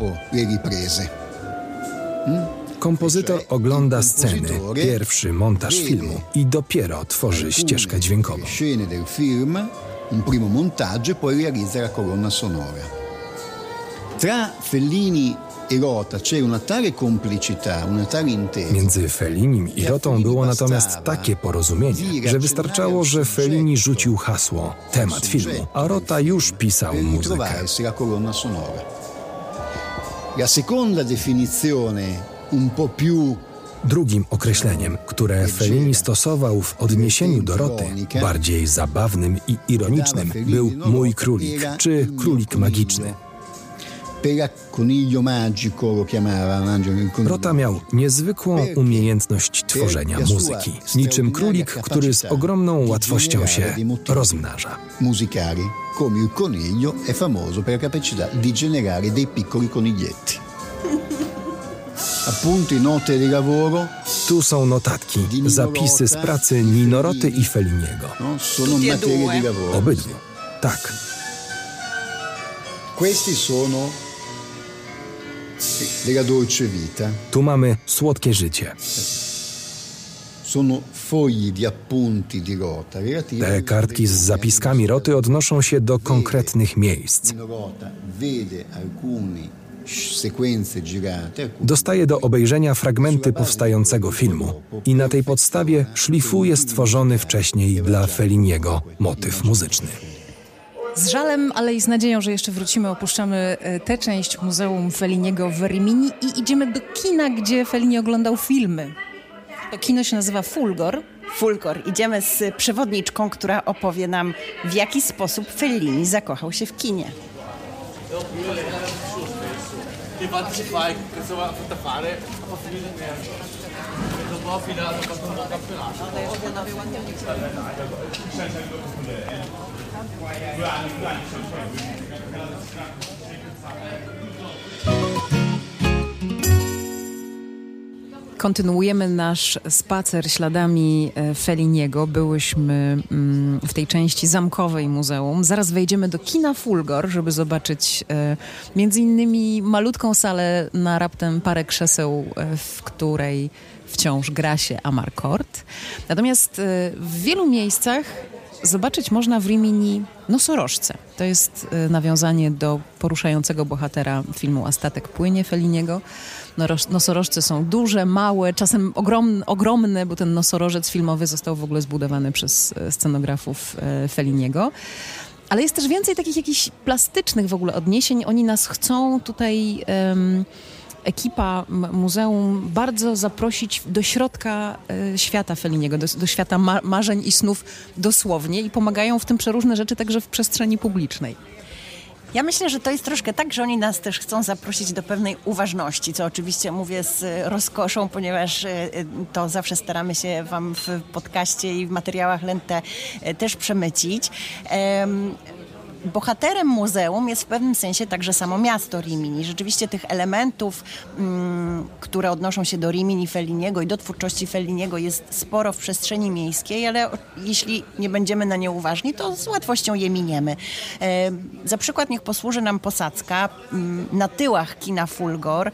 S3: Kompozytor ogląda sceny, pierwszy montaż filmu i dopiero tworzy ścieżkę dźwiękową.
S4: Scene del film, un primo montaggio, poi realizza la colonna sonora. Tra Fellini e Rota c'è una tale complicità, una tale intesa.
S3: Między Fellinim i Rotą było natomiast takie porozumienie, że wystarczało, że Fellini rzucił hasło, temat filmu, a Rota już pisał muzykę.
S4: La colonna sonora. La seconda definizione, un po' più.
S3: Drugim określeniem, które Fellini stosował w odniesieniu do Roty, bardziej zabawnym i ironicznym, był Mój królik, czy Królik magiczny. Rota miał niezwykłą umiejętność tworzenia muzyki, niczym królik, który z ogromną łatwością się rozmnaża.
S4: Musicali, come il coniglio è famoso per la capacità di generare dei piccoli coniglietti. Appunto i note di lavoro.
S3: Tu są notatki, zapisy z pracy Nino Roty i Felliniego.
S4: Sono materie di lavoro.
S3: Obydwu, tak.
S4: Questi sono della Dolce Vita.
S3: Tu mamy Słodkie życie.
S4: Sono fogli di appunti di Rota.
S3: Te kartki z zapiskami Roty odnoszą się do konkretnych miejsc. Dostaje do obejrzenia fragmenty powstającego filmu i na tej podstawie szlifuje stworzony wcześniej dla Felliniego motyw muzyczny.
S7: Z żalem, ale i z nadzieją, że jeszcze wrócimy, opuszczamy tę część Muzeum Felliniego w Rimini i idziemy do kina, gdzie Fellini oglądał filmy. To kino się nazywa Fulgor.
S2: Fulgor. Idziemy z przewodniczką, która opowie nam, w jaki sposób Fellini zakochał się w kinie.
S9: Thank you.
S1: Kontynuujemy nasz spacer śladami Felliniego. Byłyśmy w tej części zamkowej muzeum. Zaraz wejdziemy do kina Fulgor, żeby zobaczyć między innymi malutką salę na raptem parę krzeseł, w której wciąż gra się Amarcord. Natomiast w wielu miejscach zobaczyć można w Rimini nosorożce. To jest nawiązanie do poruszającego bohatera filmu A statek płynie Felliniego. Nosorożce są duże, małe, czasem ogromne, ogromne, bo ten nosorożec filmowy został w ogóle zbudowany przez scenografów Felliniego. Ale jest też więcej takich jakichś plastycznych w ogóle odniesień. Oni nas chcą tutaj... Um, ekipa muzeum bardzo zaprosić do środka y, świata Felliniego, do, do świata ma- marzeń i snów dosłownie i pomagają w tym przeróżne rzeczy także w przestrzeni publicznej.
S2: Ja myślę, że to jest troszkę tak, że oni nas też chcą zaprosić do pewnej uważności, co oczywiście mówię z rozkoszą, ponieważ to zawsze staramy się wam w podcaście i w materiałach Lente też przemycić. Um, Bohaterem muzeum jest w pewnym sensie także samo miasto Rimini. Rzeczywiście tych elementów, mm, które odnoszą się do Rimini Felliniego i do twórczości Felliniego jest sporo w przestrzeni miejskiej, ale jeśli nie będziemy na nie uważni, to z łatwością je miniemy. E, za przykład niech posłuży nam posadzka m, na tyłach kina Fulgor.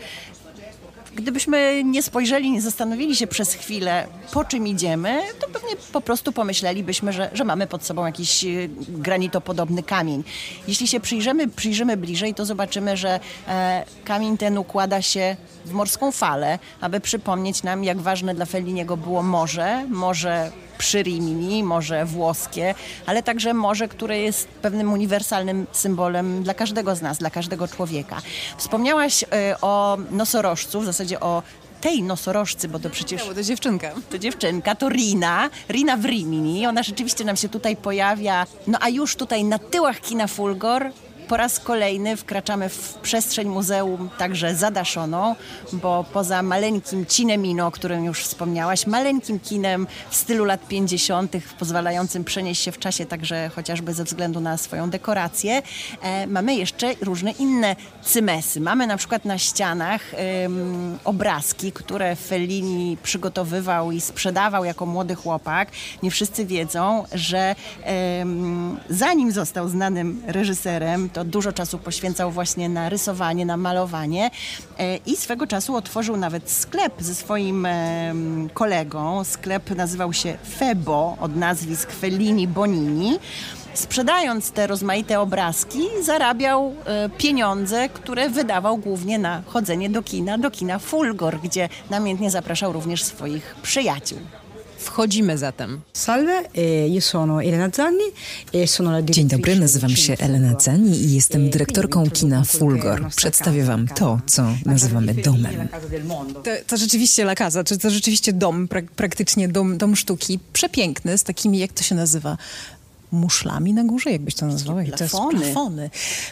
S2: Gdybyśmy nie spojrzeli, nie zastanowili się przez chwilę, po czym idziemy, to pewnie po prostu pomyślelibyśmy, że, że mamy pod sobą jakiś granitopodobny kamień. Jeśli się przyjrzymy, przyjrzymy bliżej, to zobaczymy, że e, kamień ten układa się w morską falę, aby przypomnieć nam, jak ważne dla Felliniego było morze, morze przy Rimini, morze włoskie, ale także morze, które jest pewnym uniwersalnym symbolem dla każdego z nas, dla każdego człowieka. Wspomniałaś y, o nosorożcu, w zasadzie o tej nosorożcy, bo to przecież...
S1: To dziewczynka.
S2: To dziewczynka, to Rina, Rina w Rimini. Ona rzeczywiście nam się tutaj pojawia. No a już tutaj na tyłach kina Fulgor po raz kolejny wkraczamy w przestrzeń muzeum także zadaszoną, bo poza maleńkim Cinemino, o którym już wspomniałaś, maleńkim kinem w stylu lat pięćdziesiątych, pozwalającym przenieść się w czasie także chociażby ze względu na swoją dekorację, e, mamy jeszcze różne inne cymesy. Mamy na przykład na ścianach ym, obrazki, które Fellini przygotowywał i sprzedawał jako młody chłopak. Nie wszyscy wiedzą, że ym, zanim został znanym reżyserem, to dużo czasu poświęcał właśnie na rysowanie, na malowanie e, i swego czasu otworzył nawet sklep ze swoim e, kolegą. Sklep nazywał się Febo, od nazwisk Fellini Bonini. Sprzedając te rozmaite obrazki, zarabiał e, pieniądze, które wydawał głównie na chodzenie do kina, do kina Fulgor, gdzie namiętnie zapraszał również swoich przyjaciół.
S1: Wchodzimy zatem.
S9: Salve, io sono Elena Zanni e sono la
S10: Dzień dobry, nazywam się Elena Zanni i jestem dyrektorką kina Fulgor. Przedstawię wam to, co nazywamy domem.
S7: To, to rzeczywiście La Casa, to, to rzeczywiście dom, pra, praktycznie dom, dom sztuki. Przepiękny, z takimi, jak to się nazywa, muszlami na górze, jakbyś to nazwała?
S2: Plafony.
S7: To jest plafony.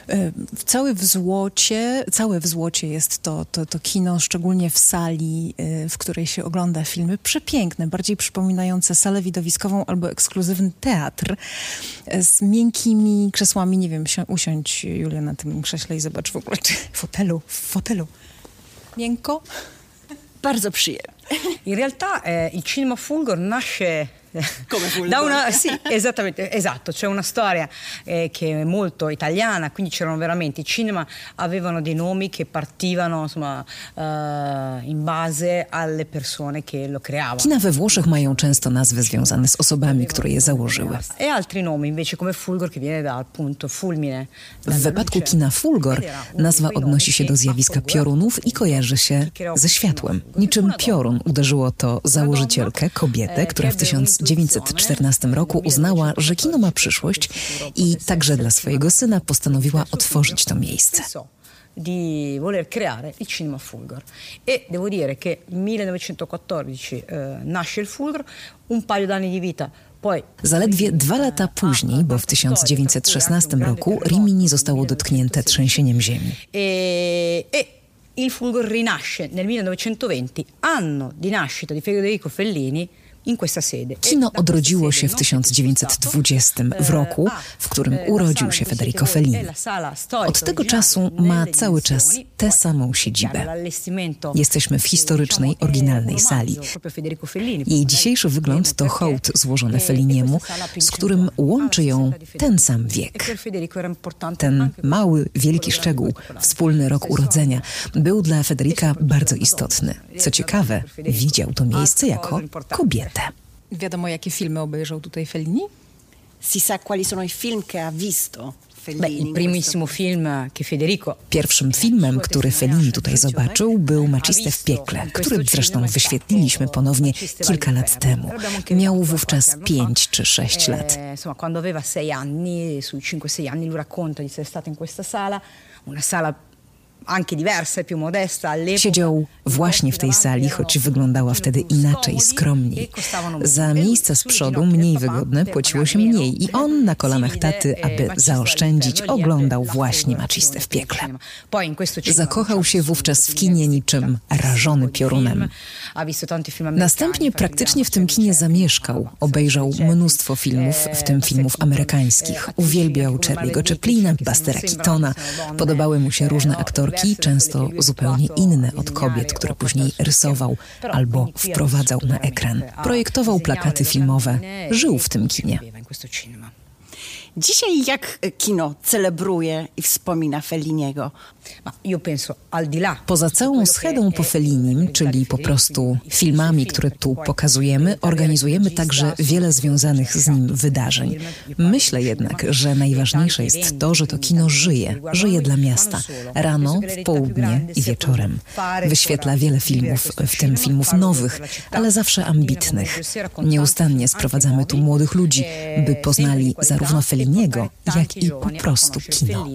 S7: Całe w złocie, całe w złocie jest to, to, to kino, szczególnie w sali, w której się ogląda filmy. Przepiękne, bardziej przypominające salę widowiskową albo ekskluzywny teatr z miękkimi krzesłami. Nie wiem, usiądź, Julia, na tym krześle i zobacz w ogóle, czy w fotelu, w fotelu. Miękko?
S2: Bardzo przyjemnie.
S9: In realtà eh, il cinema Fulgor nasce
S2: come Fulgor.
S9: da una sì, esattamente, esatto, c'è una storia eh, che è molto italiana, quindi c'erano veramente i cinema avevano dei nomi che partivano insomma eh, in base alle persone che lo creavano.
S10: Kina we Włoszech mają często nazwy związane z osobami, które je założyły.
S9: E altri nomi invece come Fulgor che viene da appunto fulmine.
S10: W wypadku kina Fulgor nazwa odnosi się do zjawiska piorunów i kojarzy się ze światłem. Niczym piorun uderzyło to założycielkę, kobietę, która w tysiąc dziewięćset czternastym roku uznała, że kino ma przyszłość i także dla swojego syna postanowiła otworzyć to miejsce.
S9: Di voler creare il cinema Fulgor. E devo dire che nel millenovecentoquattordici eh, nasce il Fulgor, un paio d'anni di vita.
S10: Zaledwie dwa lata później, bo w tysiąc dziewięćset szesnastym roku Rimini zostało dotknięte trzęsieniem ziemi.
S9: E, e il Fulgor rinasce nel millenovecentoventi, anno di nascita di Federico Fellini,
S10: Kino odrodziło się w tysiąc dziewięćset dwudziestym, w roku, w którym urodził się Federico Fellini. Od tego czasu ma cały czas tę samą siedzibę. Jesteśmy w historycznej, oryginalnej sali. Jej dzisiejszy wygląd to hołd złożony Felliniemu, z którym łączy ją ten sam wiek. Ten mały, wielki szczegół, wspólny rok urodzenia, był dla Federica bardzo istotny. Co ciekawe, widział to miejsce jako kobietę.
S7: Wiadomo, jakie filmy obejrzał tutaj Fellini?
S2: Si sa quali sono i film che ha visto.
S10: Pierwszym filmem, który Fellini tutaj zobaczył, był Maciste w piekle, który zresztą wyświetliliśmy ponownie kilka lat temu. Miał wówczas pięć czy sześć lat. Siedział właśnie w tej sali, choć wyglądała wtedy inaczej, skromniej. Za miejsca z przodu, mniej wygodne, płaciło się mniej i on na kolanach taty, aby zaoszczędzić, oglądał właśnie Maciste w piekle. Zakochał się wówczas w kinie niczym rażony piorunem. Następnie praktycznie w tym kinie zamieszkał. Obejrzał mnóstwo filmów, w tym filmów amerykańskich. Uwielbiał Charlie'ego Chaplina, Bustera Keatona. Podobały mu się różne aktorki, często zupełnie inne od kobiet, które później rysował albo wprowadzał na ekran. Projektował plakaty filmowe, żył w tym kinie.
S2: Dzisiaj jak kino celebruje i wspomina Felliniego?
S10: Poza całą schedą po Fellinim, czyli po prostu filmami, które tu pokazujemy, organizujemy także wiele związanych z nim wydarzeń. Myślę jednak, że najważniejsze jest to, że to kino żyje, żyje dla miasta. Rano, w południe i wieczorem. Wyświetla wiele filmów, w tym filmów nowych, ale zawsze ambitnych. Nieustannie sprowadzamy tu młodych ludzi, by poznali zarówno Felliniego, jak i po prostu kino.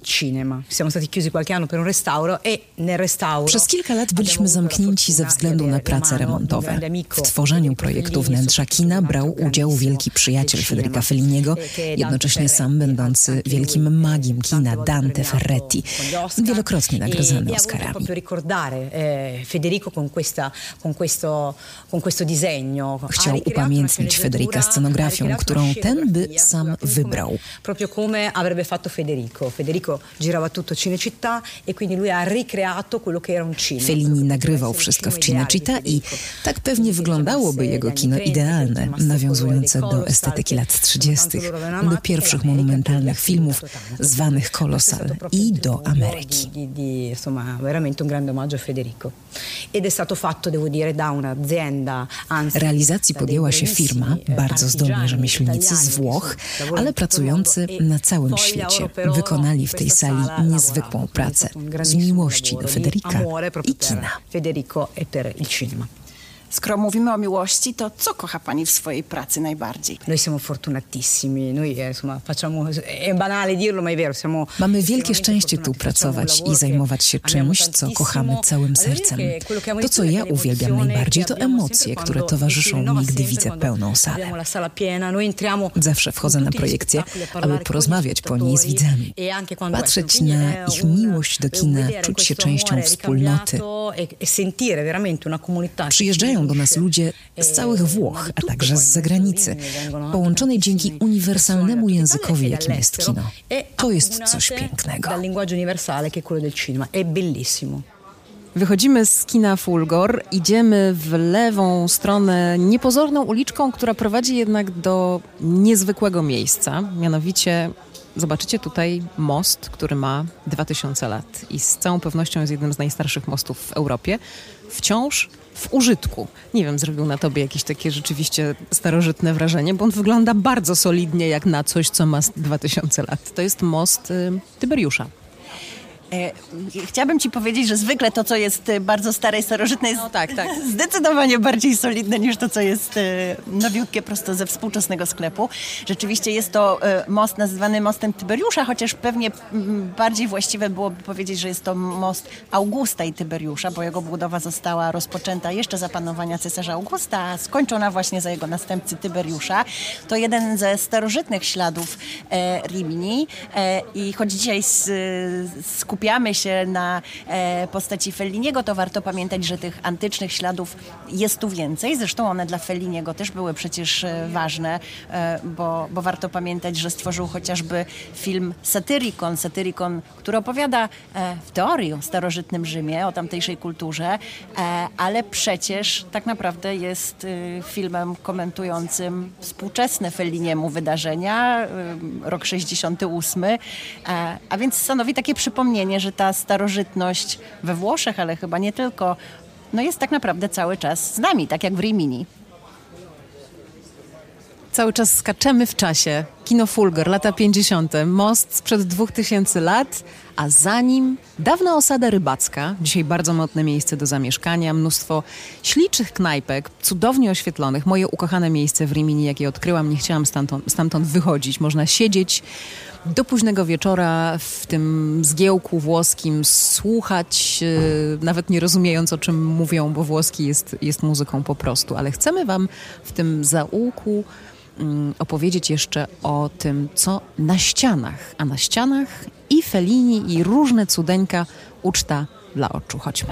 S10: Przez kilka lat byliśmy zamknięci ze względu na prace remontowe. W tworzeniu projektu wnętrza kina brał udział wielki przyjaciel Federica Felliniego, jednocześnie sam będący wielkim magiem kina, Dante Ferretti, wielokrotnie nagradzany Oscarami. Chciał upamiętnić Federica scenografią, którą ten by sam wybrał.
S9: Proprio come avrebbe fatto Federico. Federico girava tutto Cinecittà e quindi lui ha ricreato quello che era un cinema.
S10: Fellini nagrywał wszystko w Cinecittà i tak pewnie wyglądałoby jego kino idealne, nawiązujące do estetyki lat trzydziestych, do pierwszych monumentalnych filmów zwanych Colossal i do Ameryki.
S9: Insomma, veramente un grande omaggio a Federico. Ed è stato fatto, devo dire, da un'azienda.
S10: Realizacji podjęła się firma, bardzo zdolni rzemieślnicy z Włoch, ale pracujący na całym świecie. Wykonali w tej sali niezwykłą pracę z miłości do Federica i kina.
S2: Skoro mówimy o miłości, to co kocha pani w swojej pracy najbardziej?
S9: Noi siamo fortunatissimi. Noi, insomma, facciamo, è banale dirlo, ma è vero, siamo...
S10: Mamy wielkie szczęście tu pracować i zajmować się czymś, co kochamy całym sercem. To, co ja uwielbiam najbardziej, to emocje, które towarzyszą mi, gdy widzę pełną salę. Zawsze wchodzę na projekcję, aby porozmawiać po niej z widzami. Patrzeć na ich miłość do kina, czuć się częścią wspólnoty. Przyjeżdżają do nas ludzie z całych Włoch, a także z zagranicy, połączonej dzięki uniwersalnemu językowi, jakim jest kino. To jest coś pięknego.
S1: Wychodzimy z kina Fulgor, idziemy w lewą stronę niepozorną uliczką, która prowadzi jednak do niezwykłego miejsca, mianowicie zobaczycie tutaj most, który ma dwa tysiące lat i z całą pewnością jest jednym z najstarszych mostów w Europie. Wciąż w użytku. Nie wiem, zrobił na tobie jakieś takie rzeczywiście starożytne wrażenie, bo on wygląda bardzo solidnie jak na coś, co ma dwa tysiące lat. To jest most y, Tyberiusza.
S2: E, chciałabym ci powiedzieć, że zwykle to, co jest bardzo stare i starożytne, jest
S1: no, tak, tak.
S2: zdecydowanie bardziej solidne niż to, co jest e, nowiutkie prosto ze współczesnego sklepu. Rzeczywiście jest to e, most nazywany mostem Tyberiusza, chociaż pewnie m, bardziej właściwe byłoby powiedzieć, że jest to most Augusta i Tyberiusza, bo jego budowa została rozpoczęta jeszcze za panowania cesarza Augusta, a skończona właśnie za jego następcy Tyberiusza. To jeden ze starożytnych śladów e, Rimini e, i choć dzisiaj z, skupimy skupiamy się na e, postaci Felliniego, to warto pamiętać, że tych antycznych śladów jest tu więcej. Zresztą one dla Felliniego też były przecież e, ważne, e, bo, bo warto pamiętać, że stworzył chociażby film Satyricon, Satyricon, który opowiada e, w teorii o starożytnym Rzymie, o tamtejszej kulturze, e, ale przecież tak naprawdę jest e, filmem komentującym współczesne Felliniemu wydarzenia, e, rok sześćdziesiąty ósmy, a, a więc stanowi takie przypomnienie, że ta starożytność we Włoszech, ale chyba nie tylko, no jest tak naprawdę cały czas z nami, tak jak w Rimini.
S1: Cały czas skaczemy w czasie. Kino Fulgor, lata pięćdziesiąte. Most sprzed dwóch tysięcy lat, a za nim dawna osada rybacka. Dzisiaj bardzo modne miejsce do zamieszkania. Mnóstwo śliczych knajpek, cudownie oświetlonych. Moje ukochane miejsce w Rimini, jakie odkryłam, nie chciałam stamtąd, stamtąd wychodzić. Można siedzieć do późnego wieczora w tym zgiełku włoskim, słuchać, yy, nawet nie rozumiejąc, o czym mówią, bo włoski jest, jest muzyką po prostu. Ale chcemy wam w tym zaułku opowiedzieć jeszcze o tym, co na ścianach, a na ścianach i Fellini, i różne cudeńka, uczta dla oczu. Chodźmy.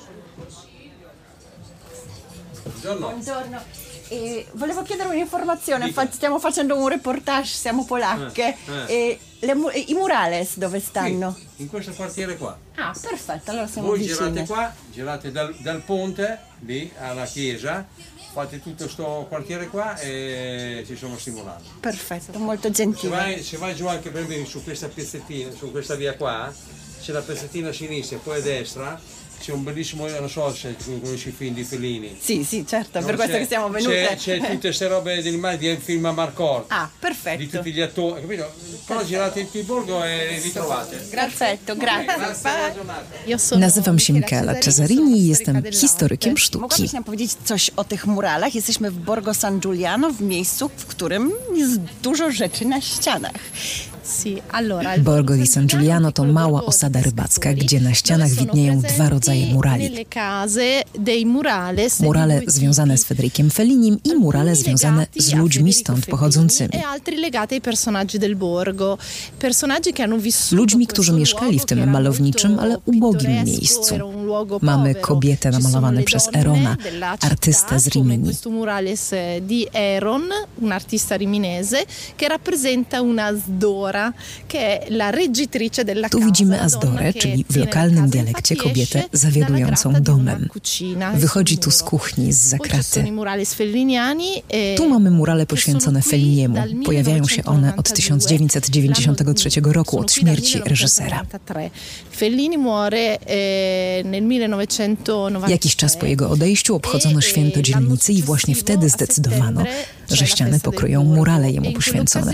S2: Buongiorno. E, volevo chiedere un'informazione, infatti stiamo facendo un reportage, siamo polacche. E, le, I murales dove stanno?
S11: Qui, in questo quartiere qua.
S2: Ah, perfetto, allora siamo
S11: Voi
S2: vicini.
S11: girate qua, girate dal, dal ponte lì alla chiesa, fate tutto questo quartiere qua e ci sono stimolati.
S2: Perfetto, molto
S11: Se
S2: gentile.
S11: vai, se vai giù anche per esempio su questa pezzettina, su questa via qua, c'è la pezzettina a sinistra e poi a destra c'è un bellissimo, non so se conosci i film di Fellini.
S2: Sì, sì, certo,
S11: No,
S2: per questo
S11: c'è-
S2: che siamo venute.
S11: C'è, c'è tutte queste robe degli animali di un film a Marcord.
S2: Ah,
S11: Di
S2: perfetto.
S11: tutti gli attori, capito? Però girate il borgo e li trovate.
S2: Perfetto, grazie.
S11: Grazie, buona giornata.
S8: Io sono
S10: Nazywam się Michaela Cesarini i jestem historykiem sztuki.
S2: Mogłabyś nam powiedzieć coś o tych muralach? Jesteśmy w Borgo San Giuliano, w miejscu, w którym jest dużo rzeczy na ścianach.
S8: Sì, allora, il
S10: Borgo di San Giuliano to mała osada rybacka, gdzie na ścianach widnieją dwa rodzaje murali.
S8: nelle case dei murales
S10: Murale
S8: di due
S10: związane z Federikiem Fellinim i murale
S8: alcuni
S10: związane
S8: legati
S10: z
S8: a
S10: ludźmi
S8: Federico
S10: stąd
S8: Fellini
S10: pochodzącymi.
S8: e altri legati ai personaggi del borgo. Personaggi che hanno vissuto
S10: Ludźmi,
S8: questo
S10: którzy mieszkali w
S8: luogo, che
S10: tym
S8: era
S10: malowniczym,
S8: molto
S10: ale ubogim
S8: pittoresco,
S10: miejscu.
S8: era un luogo
S10: Mamy
S8: povero.
S10: kobietę
S8: Ci sono
S10: namalowane
S8: le
S10: przez
S8: donne
S10: Erona,
S8: della città,
S10: artystę z
S8: come
S10: Rimini.
S8: questo murales di Eron, un artista riminese, che rappresenta una Sdora, che è la reggitrice della
S10: Tu
S8: casa,
S10: widzimy
S8: la donna
S10: Azdorę,
S8: che
S10: czyli w
S8: tiene la
S10: lokalnym
S8: casa.
S10: dialekcie
S8: Infatti
S10: kobietę
S8: esce
S10: zawiadującą
S8: dalla grata di
S10: domem.
S8: una cucina e
S10: Wychodzi
S8: sul
S10: tu z
S8: muro.
S10: kuchni, z
S8: Poi ci
S10: zakraty.
S8: sono i murales felliniani, e
S10: Tu mamy murale
S8: che
S10: poświęcone
S8: sono qui
S10: Felliniemu.
S8: dal
S10: Pojawiają się one od tysiąc dziewięćset dziewięćdziesiątego trzeciego roku, od
S8: Sono qui dal
S10: śmierci reżysera.
S8: millenovecentonovantatré. Fellini muore e, nel millenovecentonovantatré.
S10: Jakiś czas po jego odejściu obchodzono święto dzielnicy i właśnie wtedy zdecydowano, że ściany pokryją murale jemu poświęcone.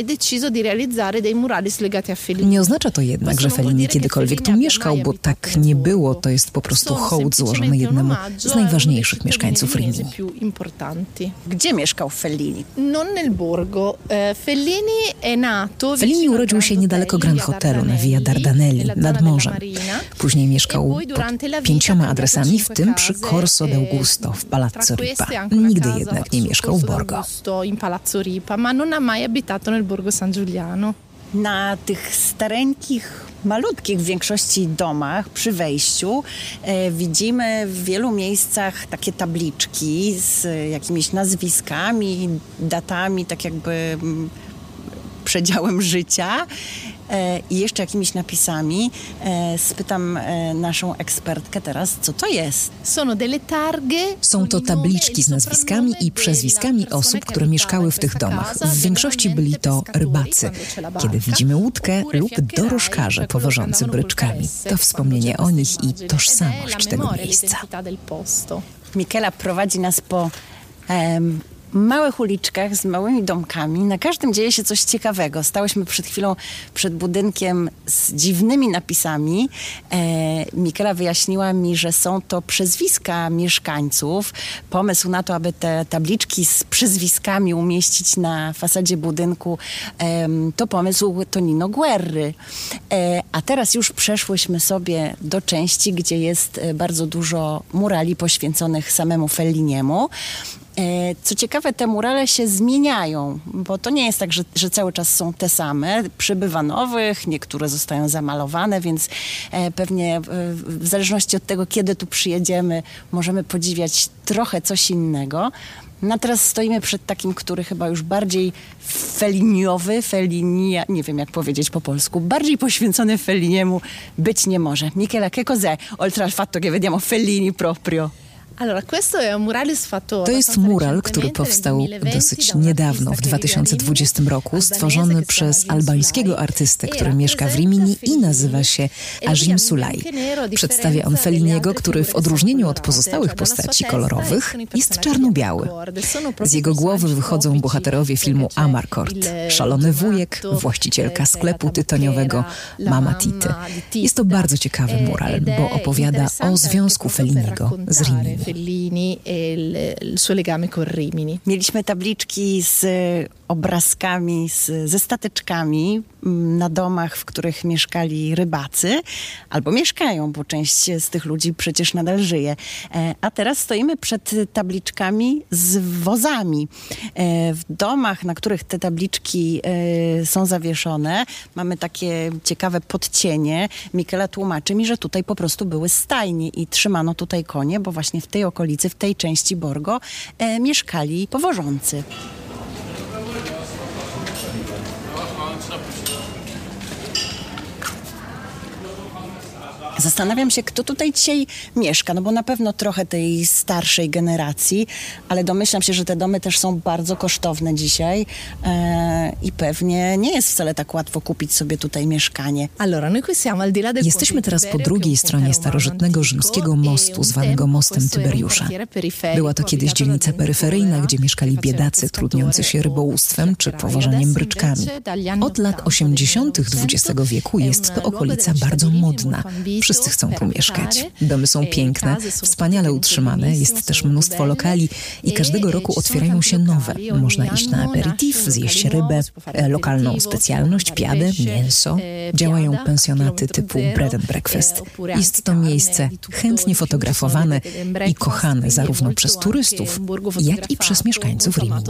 S10: Nie oznacza to jednak, że Fellini kiedykolwiek tu mieszkał, bo tak nie było. To jest po prostu hołd złożony jednemu z najważniejszych mieszkańców Rimini.
S2: Gdzie mieszkał Fellini?
S8: Non nel borgo. Eh, Fellini è nato
S10: Fellini urodził się niedaleko Grand Hotelu na Via Dardanelli, nad morzem. Później mieszkał pod pięcioma adresami, w tym przy Corso d'Augusto w Palazzo Ripa. Nigdy jednak nie mieszkał w Borgo.
S8: in Palazzo Ripa, ma non ha mai abitato nel borgo San Giuliano.
S2: Na tych stareńkich, malutkich w większości domach przy wejściu e, widzimy w wielu miejscach takie tabliczki z jakimiś nazwiskami, datami, tak jakby mm, przedziałem życia e, i jeszcze jakimiś napisami. E, spytam e, naszą ekspertkę teraz, co to jest?
S8: Sono delle targhe.
S10: Są to tabliczki z nazwiskami i przezwiskami osób, które mieszkały w tych domach. W większości byli to rybacy. Kiedy widzimy łódkę lub dorożkarze powożący bryczkami, to wspomnienie o nich i tożsamość tego miejsca.
S2: Michaela prowadzi nas po em, małych uliczkach z małymi domkami. Na każdym dzieje się coś ciekawego. Stałyśmy przed chwilą przed budynkiem z dziwnymi napisami. E, Michaela wyjaśniła mi, że są to przezwiska mieszkańców. Pomysł na to, aby te tabliczki z przezwiskami umieścić na fasadzie budynku, e, to pomysł Tonino Guerry. E, a teraz już przeszłyśmy sobie do części, gdzie jest bardzo dużo murali poświęconych samemu Felliniemu. Co ciekawe, te murale się zmieniają, bo to nie jest tak, że, że cały czas są te same. Przybywa nowych, niektóre zostają zamalowane, więc pewnie w zależności od tego, kiedy tu przyjedziemy, możemy podziwiać trochę coś innego. No a teraz stoimy przed takim, który chyba już bardziej feliniowy, felinia, nie wiem jak powiedzieć po polsku, bardziej poświęcony Felliniemu być nie może. Michela, che cos'è, oltre al fatto che vediamo Fellini proprio?
S10: To jest mural, który powstał dosyć niedawno, w dwa tysiące dwudziestym roku, stworzony przez albańskiego artystę, który mieszka w Rimini i nazywa się Azim Sulaj. Przedstawia on Felliniego, który w odróżnieniu od pozostałych postaci kolorowych jest czarno-biały. Z jego głowy wychodzą bohaterowie filmu Amarcord, szalony wujek, właścicielka sklepu tytoniowego Mama Tity. Jest to bardzo ciekawy mural, bo opowiada o związku Felliniego z Rimini.
S12: Fellini e il, il suo legame con Rimini.
S2: Mieliśmy tabliczki z obrazkami, z, ze stateczkami na domach, w których mieszkali rybacy, albo mieszkają, bo część z tych ludzi przecież nadal żyje. A teraz stoimy przed tabliczkami z wozami. W domach, na których te tabliczki są zawieszone, mamy takie ciekawe podcienie. Michela tłumaczy mi, że tutaj po prostu były stajnie i trzymano tutaj konie, bo właśnie w tej okolicy, w tej części Borgo mieszkali powożący. Zastanawiam się, kto tutaj dzisiaj mieszka, no bo na pewno trochę tej starszej generacji, ale domyślam się, że te domy też są bardzo kosztowne dzisiaj e, i pewnie nie jest wcale tak łatwo kupić sobie tutaj mieszkanie.
S10: Jesteśmy teraz po drugiej stronie starożytnego rzymskiego mostu, zwanego mostem Tyberiusza. Była to kiedyś dzielnica peryferyjna, gdzie mieszkali biedacy trudniący się rybołówstwem czy powożeniem bryczkami. Od lat osiemdziesiątych dwudziestego wieku jest to okolica bardzo modna. Wszyscy chcą tu mieszkać. Domy są piękne, wspaniale utrzymane, jest też mnóstwo lokali i każdego roku otwierają się nowe. Można iść na aperitif, zjeść rybę, lokalną specjalność, piadę, mięso. Działają pensjonaty typu bread and breakfast. Jest to miejsce chętnie fotografowane i kochane zarówno przez turystów, jak i przez mieszkańców Rimini.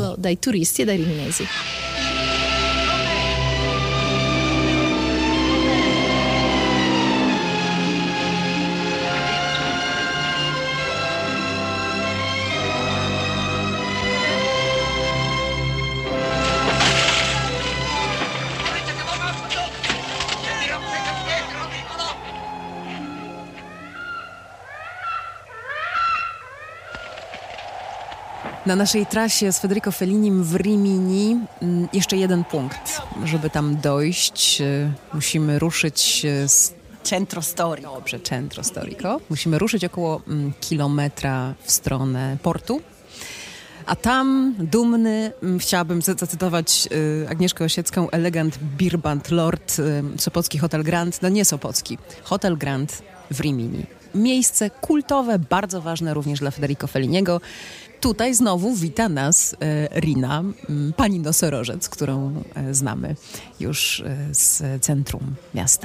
S1: Na naszej trasie z Federico Fellinim w Rimini jeszcze jeden punkt. Żeby tam dojść, musimy ruszyć z
S2: Centro Storico.
S1: Dobrze, Centro Storico. Musimy ruszyć około mm, kilometra w stronę portu. A tam dumny, chciałabym zacytować y, Agnieszkę Osiecką, elegant Birband Lord, y, Sopocki Hotel Grand, no nie Sopocki, Hotel Grand w Rimini. Miejsce kultowe, bardzo ważne również dla Federico Felliniego. Tutaj znowu wita nas e, Rina, m, pani nosorożec, którą e, znamy już e, z centrum miasta.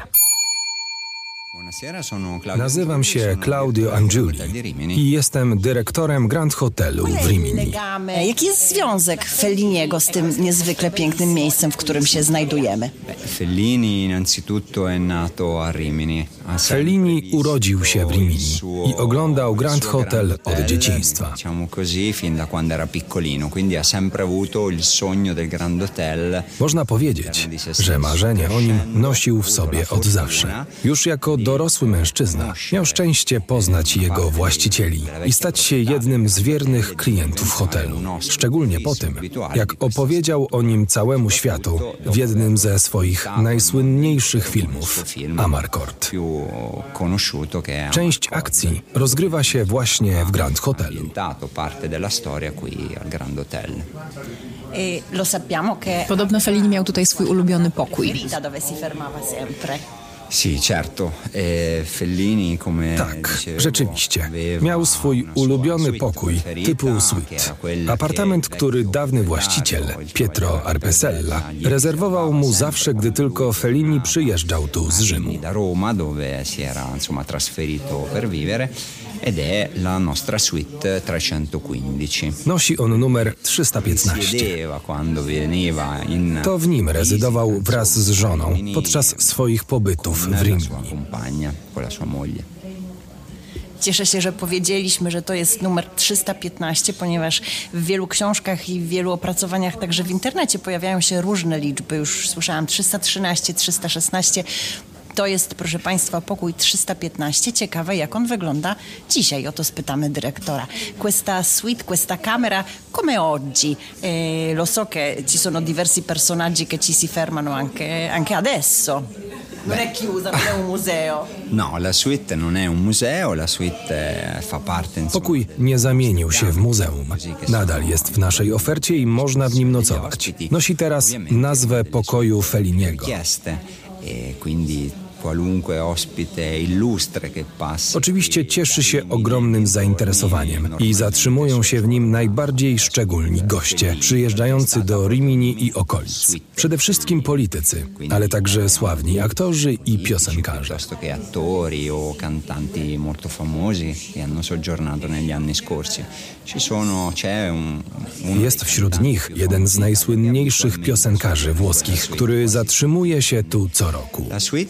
S3: Nazywam się Claudio Angiuli i jestem dyrektorem Grand Hotelu w Rimini.
S2: Jaki jest związek Felliniego z tym niezwykle pięknym miejscem, w którym się znajdujemy?
S3: Fellini urodził się w Rimini i oglądał Grand Hotel od dzieciństwa. Można powiedzieć, że marzenie o nim nosił w sobie od zawsze. Już jako dorosły mężczyzna miał szczęście poznać jego właścicieli i stać się jednym z wiernych klientów hotelu. Szczególnie po tym, jak opowiedział o nim całemu światu w jednym ze swoich najsłynniejszych filmów, Amarcord. Część akcji rozgrywa się właśnie w Grand Hotelu.
S7: Podobno Fellini miał tutaj swój ulubiony pokój.
S3: Tak, rzeczywiście. Miał swój ulubiony pokój typu suite. Apartament, który dawny właściciel, Pietro Arpesella, rezerwował mu zawsze, gdy tylko Fellini przyjeżdżał tu z Rzymu.
S13: Ed è la nostra suite trecentoquindici.
S3: Nosi on numer trzysta piętnaście. To w nim rezydował wraz z żoną podczas swoich pobytów w Rimini.
S2: Cieszę się, że powiedzieliśmy, że to jest numer trzysta piętnaście, ponieważ w wielu książkach i w wielu opracowaniach, także w internecie, pojawiają się różne liczby. Już słyszałam trzysta trzynaście, trzysta szesnaście. To jest, proszę Państwa, pokój trzysta piętnaście. Ciekawe, jak on wygląda dzisiaj. Oto spytamy dyrektora. Questa suite, questa camera, come oggi? Eh, lo so che ci sono diversi personaggi che ci si fermano anche, anche adesso. Non è chiusa, non è un museo.
S13: No, la suite non è un museo, la suite fa parte...
S3: Pokój nie zamienił się w muzeum. Nadal jest w naszej ofercie i można w nim nocować. Nosi teraz nazwę pokoju Felliniego. Oczywiście cieszy się ogromnym zainteresowaniem i zatrzymują się w nim najbardziej szczególni goście przyjeżdżający do Rimini i okolic. Przede wszystkim politycy, ale także sławni aktorzy i piosenkarze. Jest wśród nich jeden z najsłynniejszych piosenkarzy włoskich, który zatrzymuje się tu co roku.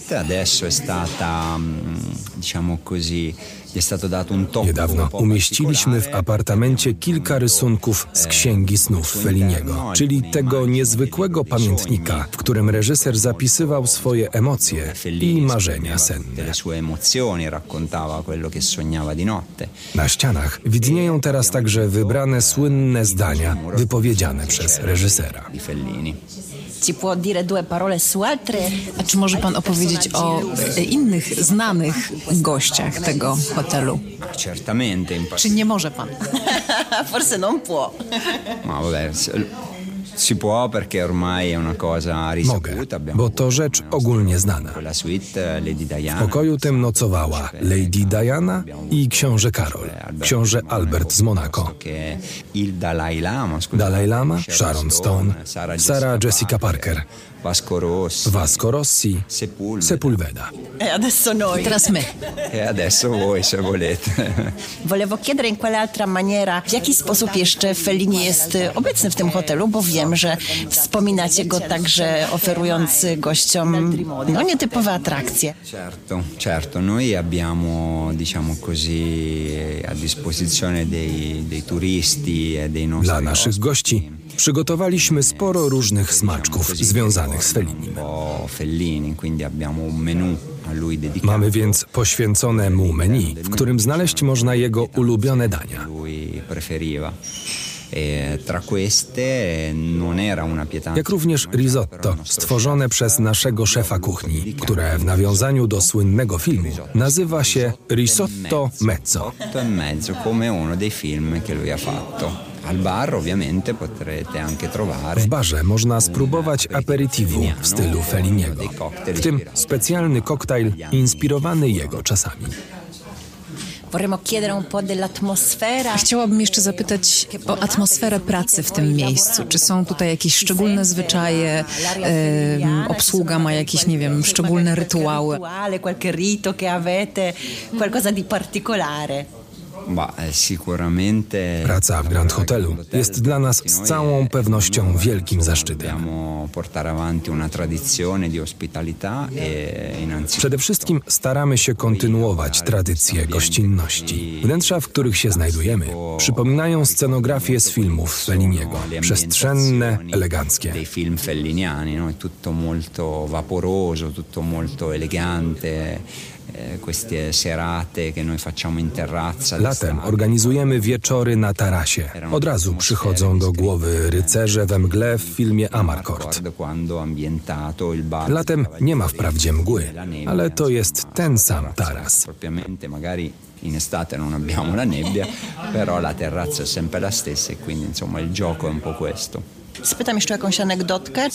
S3: Niedawno umieściliśmy w apartamencie kilka rysunków z Księgi Snów Felliniego, czyli tego niezwykłego pamiętnika, w którym reżyser zapisywał swoje emocje i marzenia senne. Na ścianach widnieją teraz także wybrane słynne zdania wypowiedziane przez reżysera.
S7: A czy może pan opowiedzieć o innych znanych gościach tego hotelu? Czy nie może pan?
S2: Forse non può.
S3: Mogę, bo to rzecz ogólnie znana. W pokoju tym nocowała Lady Diana i książę Karol, książę Albert z Monako, Dalai Lama, Sharon Stone, Sarah Jessica Parker, Vasco Rossi, Sepulveda.
S2: E adesso noi.
S7: Teraz my.
S13: E adesso voi, se volete.
S2: Volevo chiedere in quale altra maniera, w jaki sposób jeszcze Fellini jest obecny w tym hotelu, bo wiem, że wspominacie go także oferując gościom no, nietypowe atrakcje.
S13: Certo, certo. Noi abbiamo, diciamo così, a disposizione dei, dei turisti e dei nostri
S3: Dla naszych gości przygotowaliśmy sporo różnych smaczków związanych z Fellinim. Mamy więc poświęcone mu menu, w którym znaleźć można jego ulubione dania. Jak również risotto, stworzone przez naszego szefa kuchni, które w nawiązaniu do słynnego filmu nazywa się risotto mezzo. W barze można spróbować aperitivu w stylu Felliniego, w tym specjalny koktajl inspirowany jego czasami.
S7: Chciałabym jeszcze zapytać o atmosferę pracy w tym miejscu. Czy są tutaj jakieś szczególne zwyczaje, e, obsługa ma jakieś, nie wiem, szczególne rytuały?
S3: Praca w Grand Hotelu jest dla nas z całą pewnością wielkim zaszczytem. Przede wszystkim staramy się kontynuować tradycję gościnności. Wnętrza, w których się znajdujemy, przypominają scenografię z filmów Felliniego. Przestrzenne, eleganckie.
S13: Film felliniani, no? Tutto molto vaporoso, tutto molto elegante.
S3: Latem organizujemy wieczory na tarasie. Od razu przychodzą do głowy rycerze we mgle w filmie Amarcord. Latem nie ma wprawdzie mgły, ale to jest ten sam taras.
S13: In estate non abbiamo la nebbia, però la terrazza è sempre la stessa e quindi insomma il gioco è un po' questo.
S2: Spytam jeszcze jakąś anegdotkę.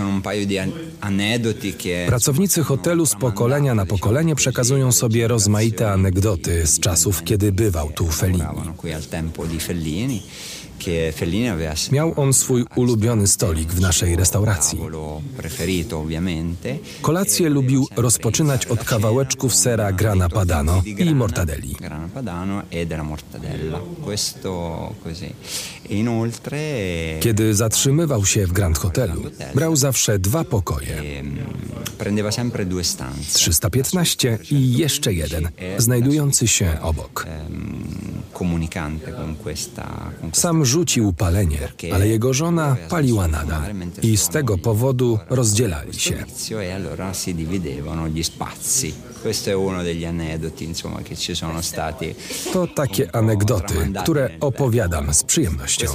S3: Pracownicy hotelu z pokolenia na pokolenie przekazują sobie rozmaite anegdoty z czasów, kiedy bywał tu Fellini. Miał on swój ulubiony stolik w naszej restauracji. Kolację lubił rozpoczynać od kawałeczków sera grana padano i mortadelli. Kiedy zatrzymywał się w Grand Hotelu, brał zawsze dwa pokoje. trzysta piętnaście i jeszcze jeden, znajdujący się obok. Sam rzucił palenie, ale jego żona paliła nadal i z tego powodu rozdzielali się. To takie anegdoty, które opowiadam z przyjemnością.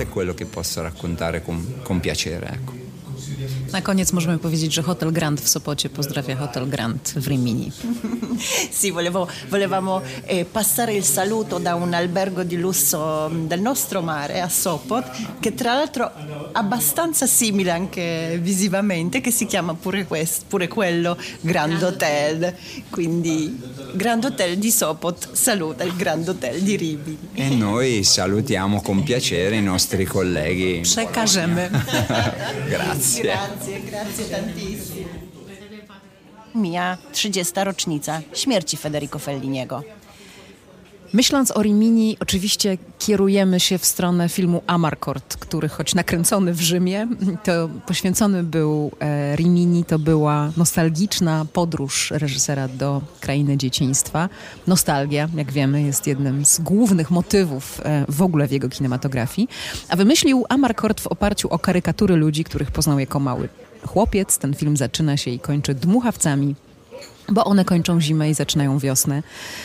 S1: Na koniec możemy powiedzieć, że Hotel Grand w Sopocie pozdrawia Hotel Grand w Rimini.
S2: Sì, volevo, volevamo eh, passare il saluto da un albergo di lusso del nostro mare a Sopot, che tra l'altro abbastanza simile anche visivamente, che si chiama pure, questo, pure quello Grand Hotel. Quindi Grand Hotel di Sopot saluta il Grand Hotel di Rimini.
S13: E noi salutiamo con piacere i nostri colleghi.
S1: Przekażemy.
S13: Grazie.
S2: Grazie, grazie tantissimo. Mija trzydziesta rocznica śmierci Federico Felliniego.
S1: Myśląc o Rimini, oczywiście kierujemy się w stronę filmu Amarcord, który choć nakręcony w Rzymie, to poświęcony był e, Rimini, to była nostalgiczna podróż reżysera do krainy dzieciństwa. Nostalgia, jak wiemy, jest jednym z głównych motywów e, w ogóle w jego kinematografii, a wymyślił Amarcord w oparciu o karykatury ludzi, których poznał jako mały chłopiec. Ten film zaczyna się i kończy dmuchawcami, bo one kończą zimę i zaczynają wiosnę.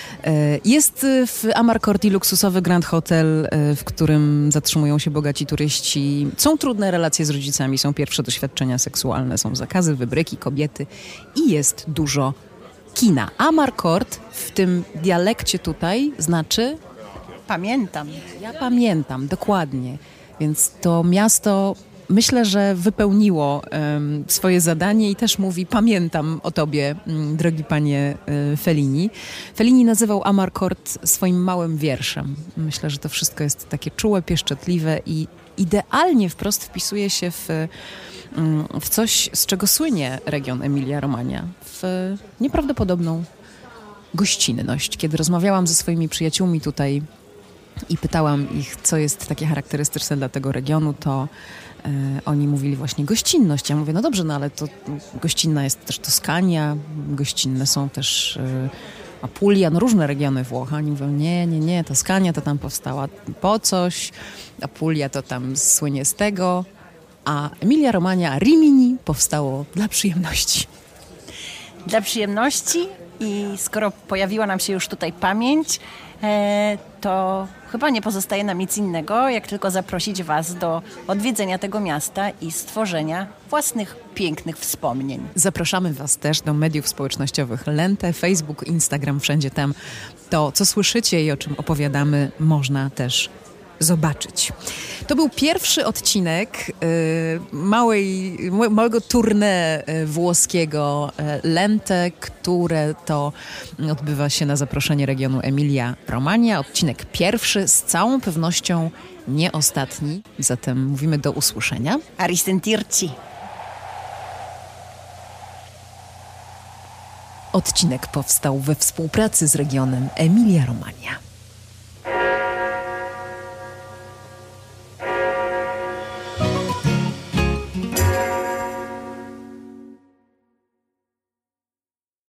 S1: Jest w Amarcord i luksusowy Grand Hotel, w którym zatrzymują się bogaci turyści. Są trudne relacje z rodzicami, są pierwsze doświadczenia seksualne, są zakazy, wybryki, kobiety i jest dużo kina. Amarcord w tym dialekcie tutaj znaczy...
S2: Pamiętam.
S1: Ja pamiętam, dokładnie. Więc to miasto... Myślę, że wypełniło um, swoje zadanie i też mówi: pamiętam o tobie, um, drogi panie um, Fellini. Fellini nazywał Amarcord swoim małym wierszem. Myślę, że to wszystko jest takie czułe, pieszczotliwe i idealnie wprost wpisuje się w, um, w coś, z czego słynie region Emilia-Romagna. W nieprawdopodobną gościnność. Kiedy rozmawiałam ze swoimi przyjaciółmi tutaj i pytałam ich, co jest takie charakterystyczne dla tego regionu, to e, oni mówili właśnie gościnność. Ja mówię, no dobrze, no ale to gościnna jest też Toskania, gościnne są też e, Apulia, no różne regiony Włoch. Oni mówią, nie, nie, nie, Toskania to tam powstała po coś, Apulia to tam słynie z tego, a Emilia-Romagna, Rimini powstało dla przyjemności.
S2: Dla przyjemności i skoro pojawiła nam się już tutaj pamięć, e, to chyba nie pozostaje nam nic innego, jak tylko zaprosić was do odwiedzenia tego miasta i stworzenia własnych pięknych wspomnień.
S1: Zapraszamy was też do mediów społecznościowych Lente, Facebook, Instagram, wszędzie tam to, co słyszycie i o czym opowiadamy, można też zobaczyć. To był pierwszy odcinek y, małej, małego tournée y, włoskiego y, Lente, które to odbywa się na zaproszenie regionu Emilia-Romagna. Odcinek pierwszy, z całą pewnością nie ostatni. Zatem mówimy do usłyszenia.
S2: A risentirci.
S10: Odcinek powstał we współpracy z regionem Emilia-Romagna.